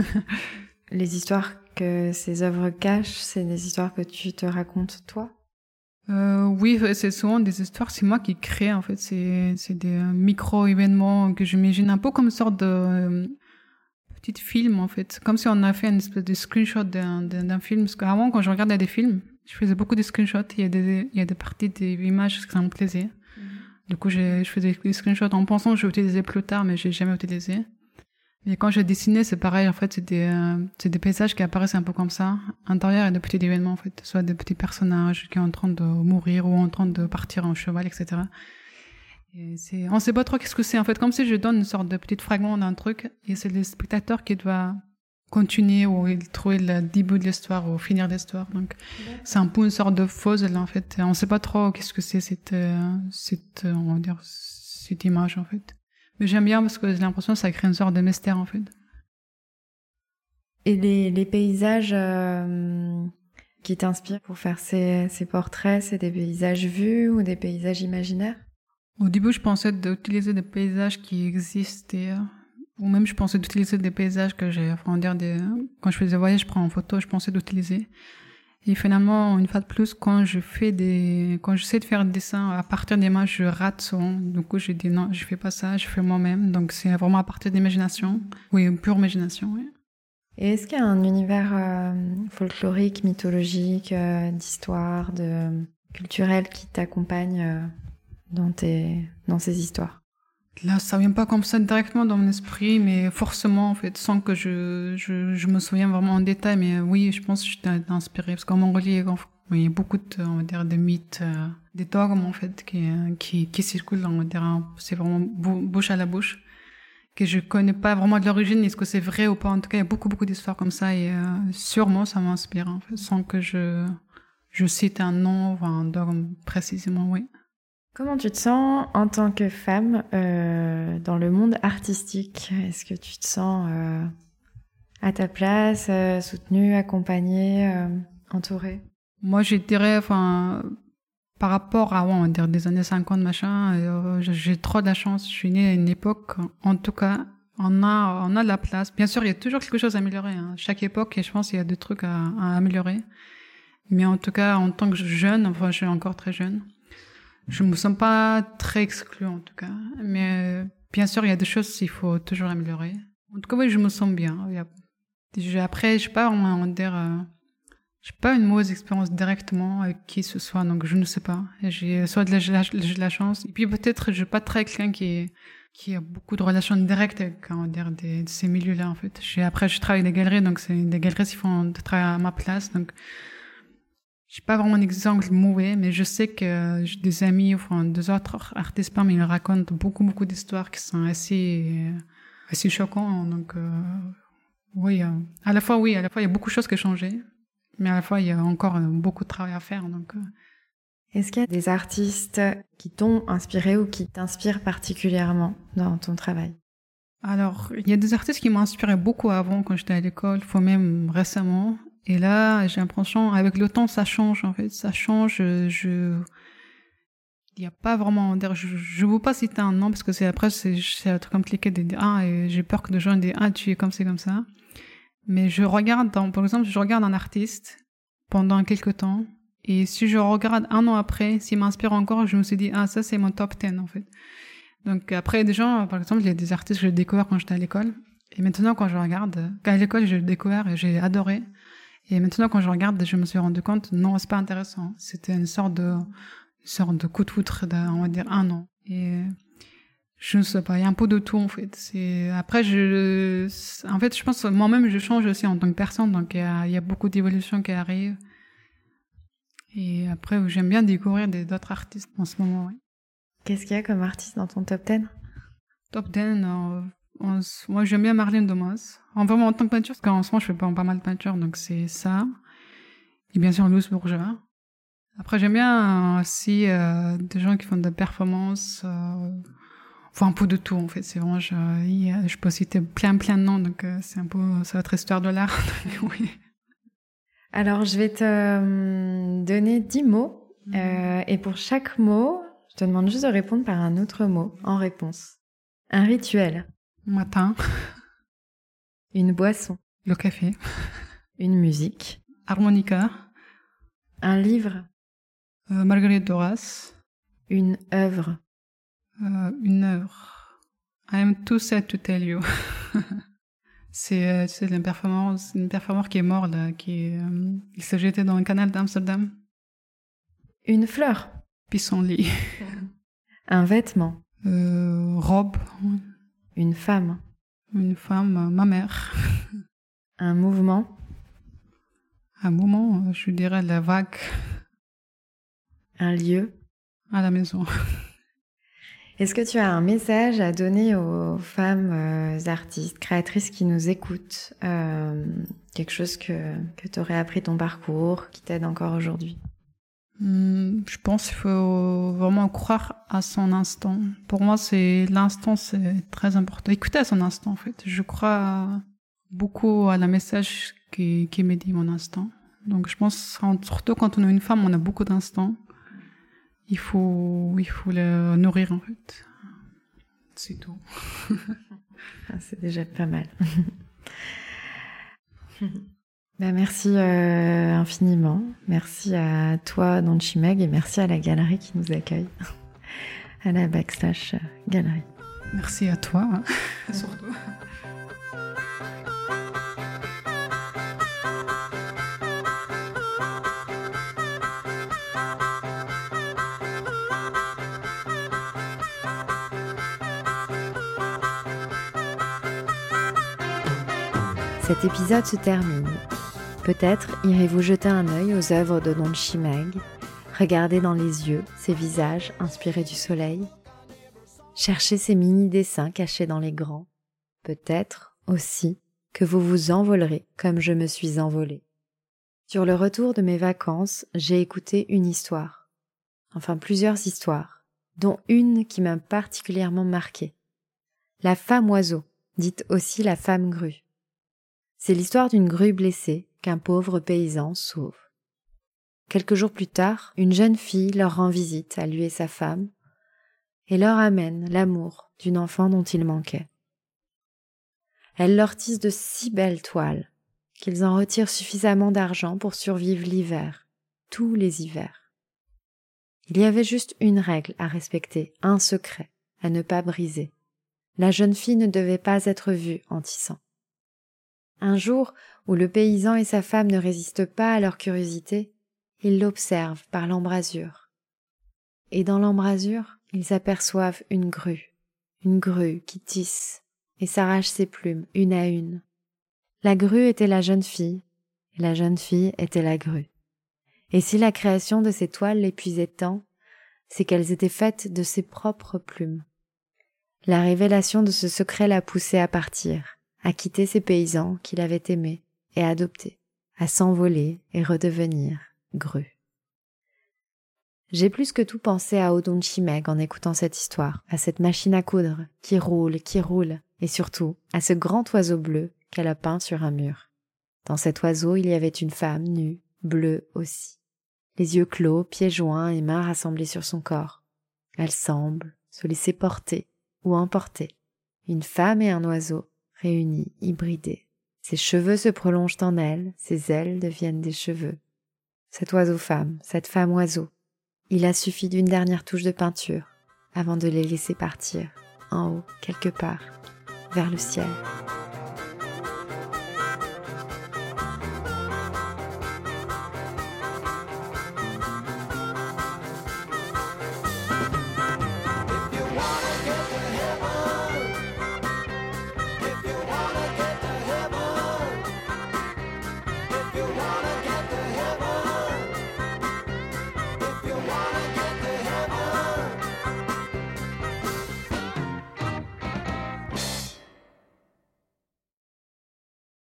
S1: Les histoires que ces œuvres cachent, c'est des histoires que tu te racontes, toi?
S5: Euh, oui, c'est souvent des histoires, c'est moi qui crée, en fait. C'est, c'est des micro-événements que j'imagine un peu comme une sorte de euh, petit film, en fait. Comme si on a fait une espèce de screenshot d'un, d'un, d'un film. Parce qu'avant, quand je regardais des films, je faisais beaucoup de screenshots. Il y a des, il y a des parties des images que ça me plaisait. Mm-hmm. Du coup, j'ai, je faisais des screenshots en pensant que je vais utiliser plus tard, mais j'ai jamais utilisé. Et quand je dessinais, c'est pareil, en fait, c'est des, euh, c'est des paysages qui apparaissent un peu comme ça. À l'intérieur, il y a des petits événements, en fait. Soit des petits personnages qui sont en train de mourir ou en train de partir en cheval, et cetera. Et c'est, on sait pas trop qu'est-ce que c'est, en fait. Comme si je donne une sorte de petit fragment d'un truc, et c'est le spectateur qui doit continuer ou trouver le début de l'histoire ou finir l'histoire. Donc, ouais. C'est un peu une sorte de puzzle, en fait. On sait pas trop qu'est-ce que c'est cette, euh, cette, on va dire, cette image, en fait. Mais j'aime bien parce que j'ai l'impression que ça crée une sorte de mystère, en fait.
S1: Et les, les paysages euh, qui t'inspirent pour faire ces, ces portraits, c'est des paysages vus ou des paysages imaginaires?
S5: Au début, je pensais d'utiliser des paysages qui existaient, ou même je pensais d'utiliser des paysages que j'ai, enfin, dire des, quand je fais des voyages, je prends en photo, je pensais d'utiliser. Et finalement, une fois de plus, quand je fais des, quand j'essaie de faire des dessins à partir d'images, je rate souvent. Du coup, j'ai dit non, je fais pas ça, je fais moi-même. Donc, c'est vraiment à partir d'imagination. Oui, une pure imagination, oui.
S1: Et est-ce qu'il y a un univers euh, folklorique, mythologique, euh, d'histoire, de culturel qui t'accompagne euh, dans tes, dans ces histoires?
S5: Là, ça vient pas comme ça directement dans mon esprit, mais forcément, en fait, sans que je, je, je me souvienne vraiment en détail. Mais oui, je pense que j'étais inspirée. Parce qu'en Mongolie, il y a beaucoup de, on va dire, de mythes, euh, des dogmes, en fait, qui, qui, qui circulent, on va dire, c'est vraiment bouche à la bouche, que je connais pas vraiment de l'origine, est-ce que c'est vrai ou pas. En tout cas, il y a beaucoup, beaucoup d'histoires comme ça, et euh, sûrement, ça m'inspire, en fait, sans que je, je cite un nom ou un dogme précisément, oui.
S1: Comment tu te sens en tant que femme euh, dans le monde artistique? Est-ce que tu te sens euh, à ta place, euh, soutenue, accompagnée, euh, entourée?
S5: Moi, je dirais, enfin, par rapport à, ouais, on va dire des années cinquante, machin, euh, j'ai trop de la chance. Je suis née à une époque, en tout cas, on a, on a de la place. Bien sûr, il y a toujours quelque chose à améliorer. Hein. Chaque époque, et je pense qu'il y a des trucs à, à améliorer. Mais en tout cas, en tant que jeune, enfin, je suis encore très jeune. Je me sens pas très exclue, en tout cas. Mais euh, bien sûr, il y a des choses qu'il faut toujours améliorer. En tout cas, oui, je me sens bien. Il y a... je, après, je sais pas, on va dire, euh, j'ai pas une mauvaise expérience directement avec qui ce soit, donc je ne sais pas. J'ai soit de la, j'ai de la chance, et puis peut-être je suis pas très quelqu'un qui qui a beaucoup de relations directes avec, on va dire, des, de ces milieux-là, en fait. J'ai, après, je travaille avec des galeries, donc c'est des galeries qui font de travail à ma place, donc j'ai pas vraiment un exemple mauvais, mais je sais que j'ai des amis, enfin, deux autres artistes, mais ils racontent beaucoup, beaucoup d'histoires qui sont assez, assez choquantes. Donc, euh, oui, euh, à la fois, oui, à la fois, il y a beaucoup de choses qui ont changé, mais à la fois, il y a encore beaucoup de travail à faire. Donc, euh.
S1: Est-ce qu'il y a des artistes qui t'ont inspiré ou qui t'inspirent particulièrement dans ton travail?
S5: Alors, il y a des artistes qui m'ont inspiré beaucoup avant, quand j'étais à l'école, faut même récemment. Et là, j'ai l'impression, avec le temps, ça change, en fait. Ça change, je... il n'y a pas vraiment... Je ne veux pas citer un nom, parce que c'est après, c'est, c'est compliqué de dire, ah, et j'ai peur que des gens disent, ah, tu es comme c'est comme ça. Mais je regarde, dans, par exemple, je regarde un artiste pendant quelques temps, et si je regarde un an après, s'il m'inspire encore, je me suis dit, ah, ça, c'est mon top dix, en fait. Donc, après, des gens, par exemple, il y a des artistes que j'ai découverts quand j'étais à l'école, et maintenant, quand je regarde, à l'école, j'ai découvert et j'ai adoré. Et maintenant, quand je regarde, je me suis rendu compte, non, c'est pas intéressant. C'était une sorte de, une sorte de coup de foudre d'un, on va dire, un an. Et je ne sais pas, il y a un peu de tout, en fait. C'est, après, je, en fait, je pense que moi-même, je change aussi en tant que personne, donc il y a, il y a beaucoup d'évolutions qui arrivent. Et après, j'aime bien découvrir des, d'autres artistes en ce moment, oui.
S1: Qu'est-ce qu'il y a comme artiste dans ton top dix?
S5: Top dix, euh, on, moi, j'aime bien Marlene Domas. En vraiment, en tant que peinture, parce qu'en ce moment, je fais pas, pas mal de peinture, donc c'est ça. Et bien sûr, Louis Bourgeois. Après, j'aime bien aussi euh, des gens qui font de la performance, euh, enfin, un peu de tout, en fait. C'est vraiment, je, je peux citer plein, plein de noms, donc euh, c'est un peu, c'est votre histoire de l'art. Oui.
S1: Alors, je vais te euh, donner dix mots, mmh. euh, et pour chaque mot, je te demande juste de répondre par un autre mot en réponse. Un rituel.
S5: Matin.
S1: Une boisson.
S5: Le café.
S1: Une musique.
S5: Harmonica.
S1: Un livre.
S5: Euh, Marguerite Duras.
S1: Une œuvre.
S5: Euh, une œuvre. I am too sad to tell you. c'est euh, c'est une performance, une performeur qui est mort là, qui euh, il s'est jeté dans le canal d'Amsterdam.
S1: Une fleur.
S5: Pissenlit.
S1: Un vêtement.
S5: Euh, robe.
S1: Une femme.
S5: Une femme, euh, ma mère.
S1: Un mouvement.
S5: Un moment, je dirais la vague.
S1: Un lieu.
S5: À la maison.
S1: Est-ce que tu as un message à donner aux femmes euh, artistes, créatrices qui nous écoutent, euh, quelque chose que, que tu aurais appris ton parcours, qui t'aide encore aujourd'hui?
S5: Hum, je pense qu'il faut vraiment croire à son instant. Pour moi, c'est l'instant, c'est très important. Écouter à son instant, en fait. Je crois beaucoup à la message qui, qui me dit mon instant. Donc, je pense, surtout quand on est une femme, on a beaucoup d'instants. Il faut, il faut le nourrir, en fait. C'est tout.
S1: C'est déjà pas mal. Ben merci euh, infiniment. Merci à toi, Nanchimeg, et merci à la galerie qui nous accueille. À la Backslash Galerie.
S5: Merci à toi, hein, surtout.
S1: Cet épisode se termine. Peut-être irez-vous jeter un œil aux œuvres de Don Chimègue, regarder dans les yeux ces visages inspirés du soleil, chercher ces mini-dessins cachés dans les grands. Peut-être aussi que vous vous envolerez comme je me suis envolée. Sur le retour de mes vacances, j'ai écouté une histoire, enfin plusieurs histoires, dont une qui m'a particulièrement marquée. La femme oiseau, dite aussi la femme grue. C'est l'histoire d'une grue blessée qu'un pauvre paysan sauve. Quelques jours plus tard, une jeune fille leur rend visite à lui et sa femme et leur amène l'amour d'une enfant dont il manquait. Elle leur tisse de si belles toiles qu'ils en retirent suffisamment d'argent pour survivre l'hiver, tous les hivers. Il y avait juste une règle à respecter, un secret à ne pas briser. La jeune fille ne devait pas être vue en tissant. Un jour où le paysan et sa femme ne résistent pas à leur curiosité, ils l'observent par l'embrasure. Et dans l'embrasure, ils aperçoivent une grue, une grue qui tisse et s'arrache ses plumes une à une. La grue était la jeune fille, et la jeune fille était la grue. Et si la création de ces toiles l'épuisait tant, c'est qu'elles étaient faites de ses propres plumes. La révélation de ce secret l'a poussée à partir, à quitter ces paysans qu'il avait aimés et adoptés, à s'envoler et redevenir grue. J'ai plus que tout pensé à Don Chimègue en écoutant cette histoire, à cette machine à coudre qui roule, qui roule, et surtout à ce grand oiseau bleu qu'elle a peint sur un mur. Dans cet oiseau, il y avait une femme nue, bleue aussi, les yeux clos, pieds joints et mains rassemblées sur son corps. Elle semble se laisser porter ou emporter, une femme et un oiseau réunis, hybridés. Ses cheveux se prolongent en elle, ses ailes deviennent des cheveux. Cet oiseau-femme, cette femme-oiseau, il a suffi d'une dernière touche de peinture avant de les laisser partir, en haut, quelque part, vers le ciel.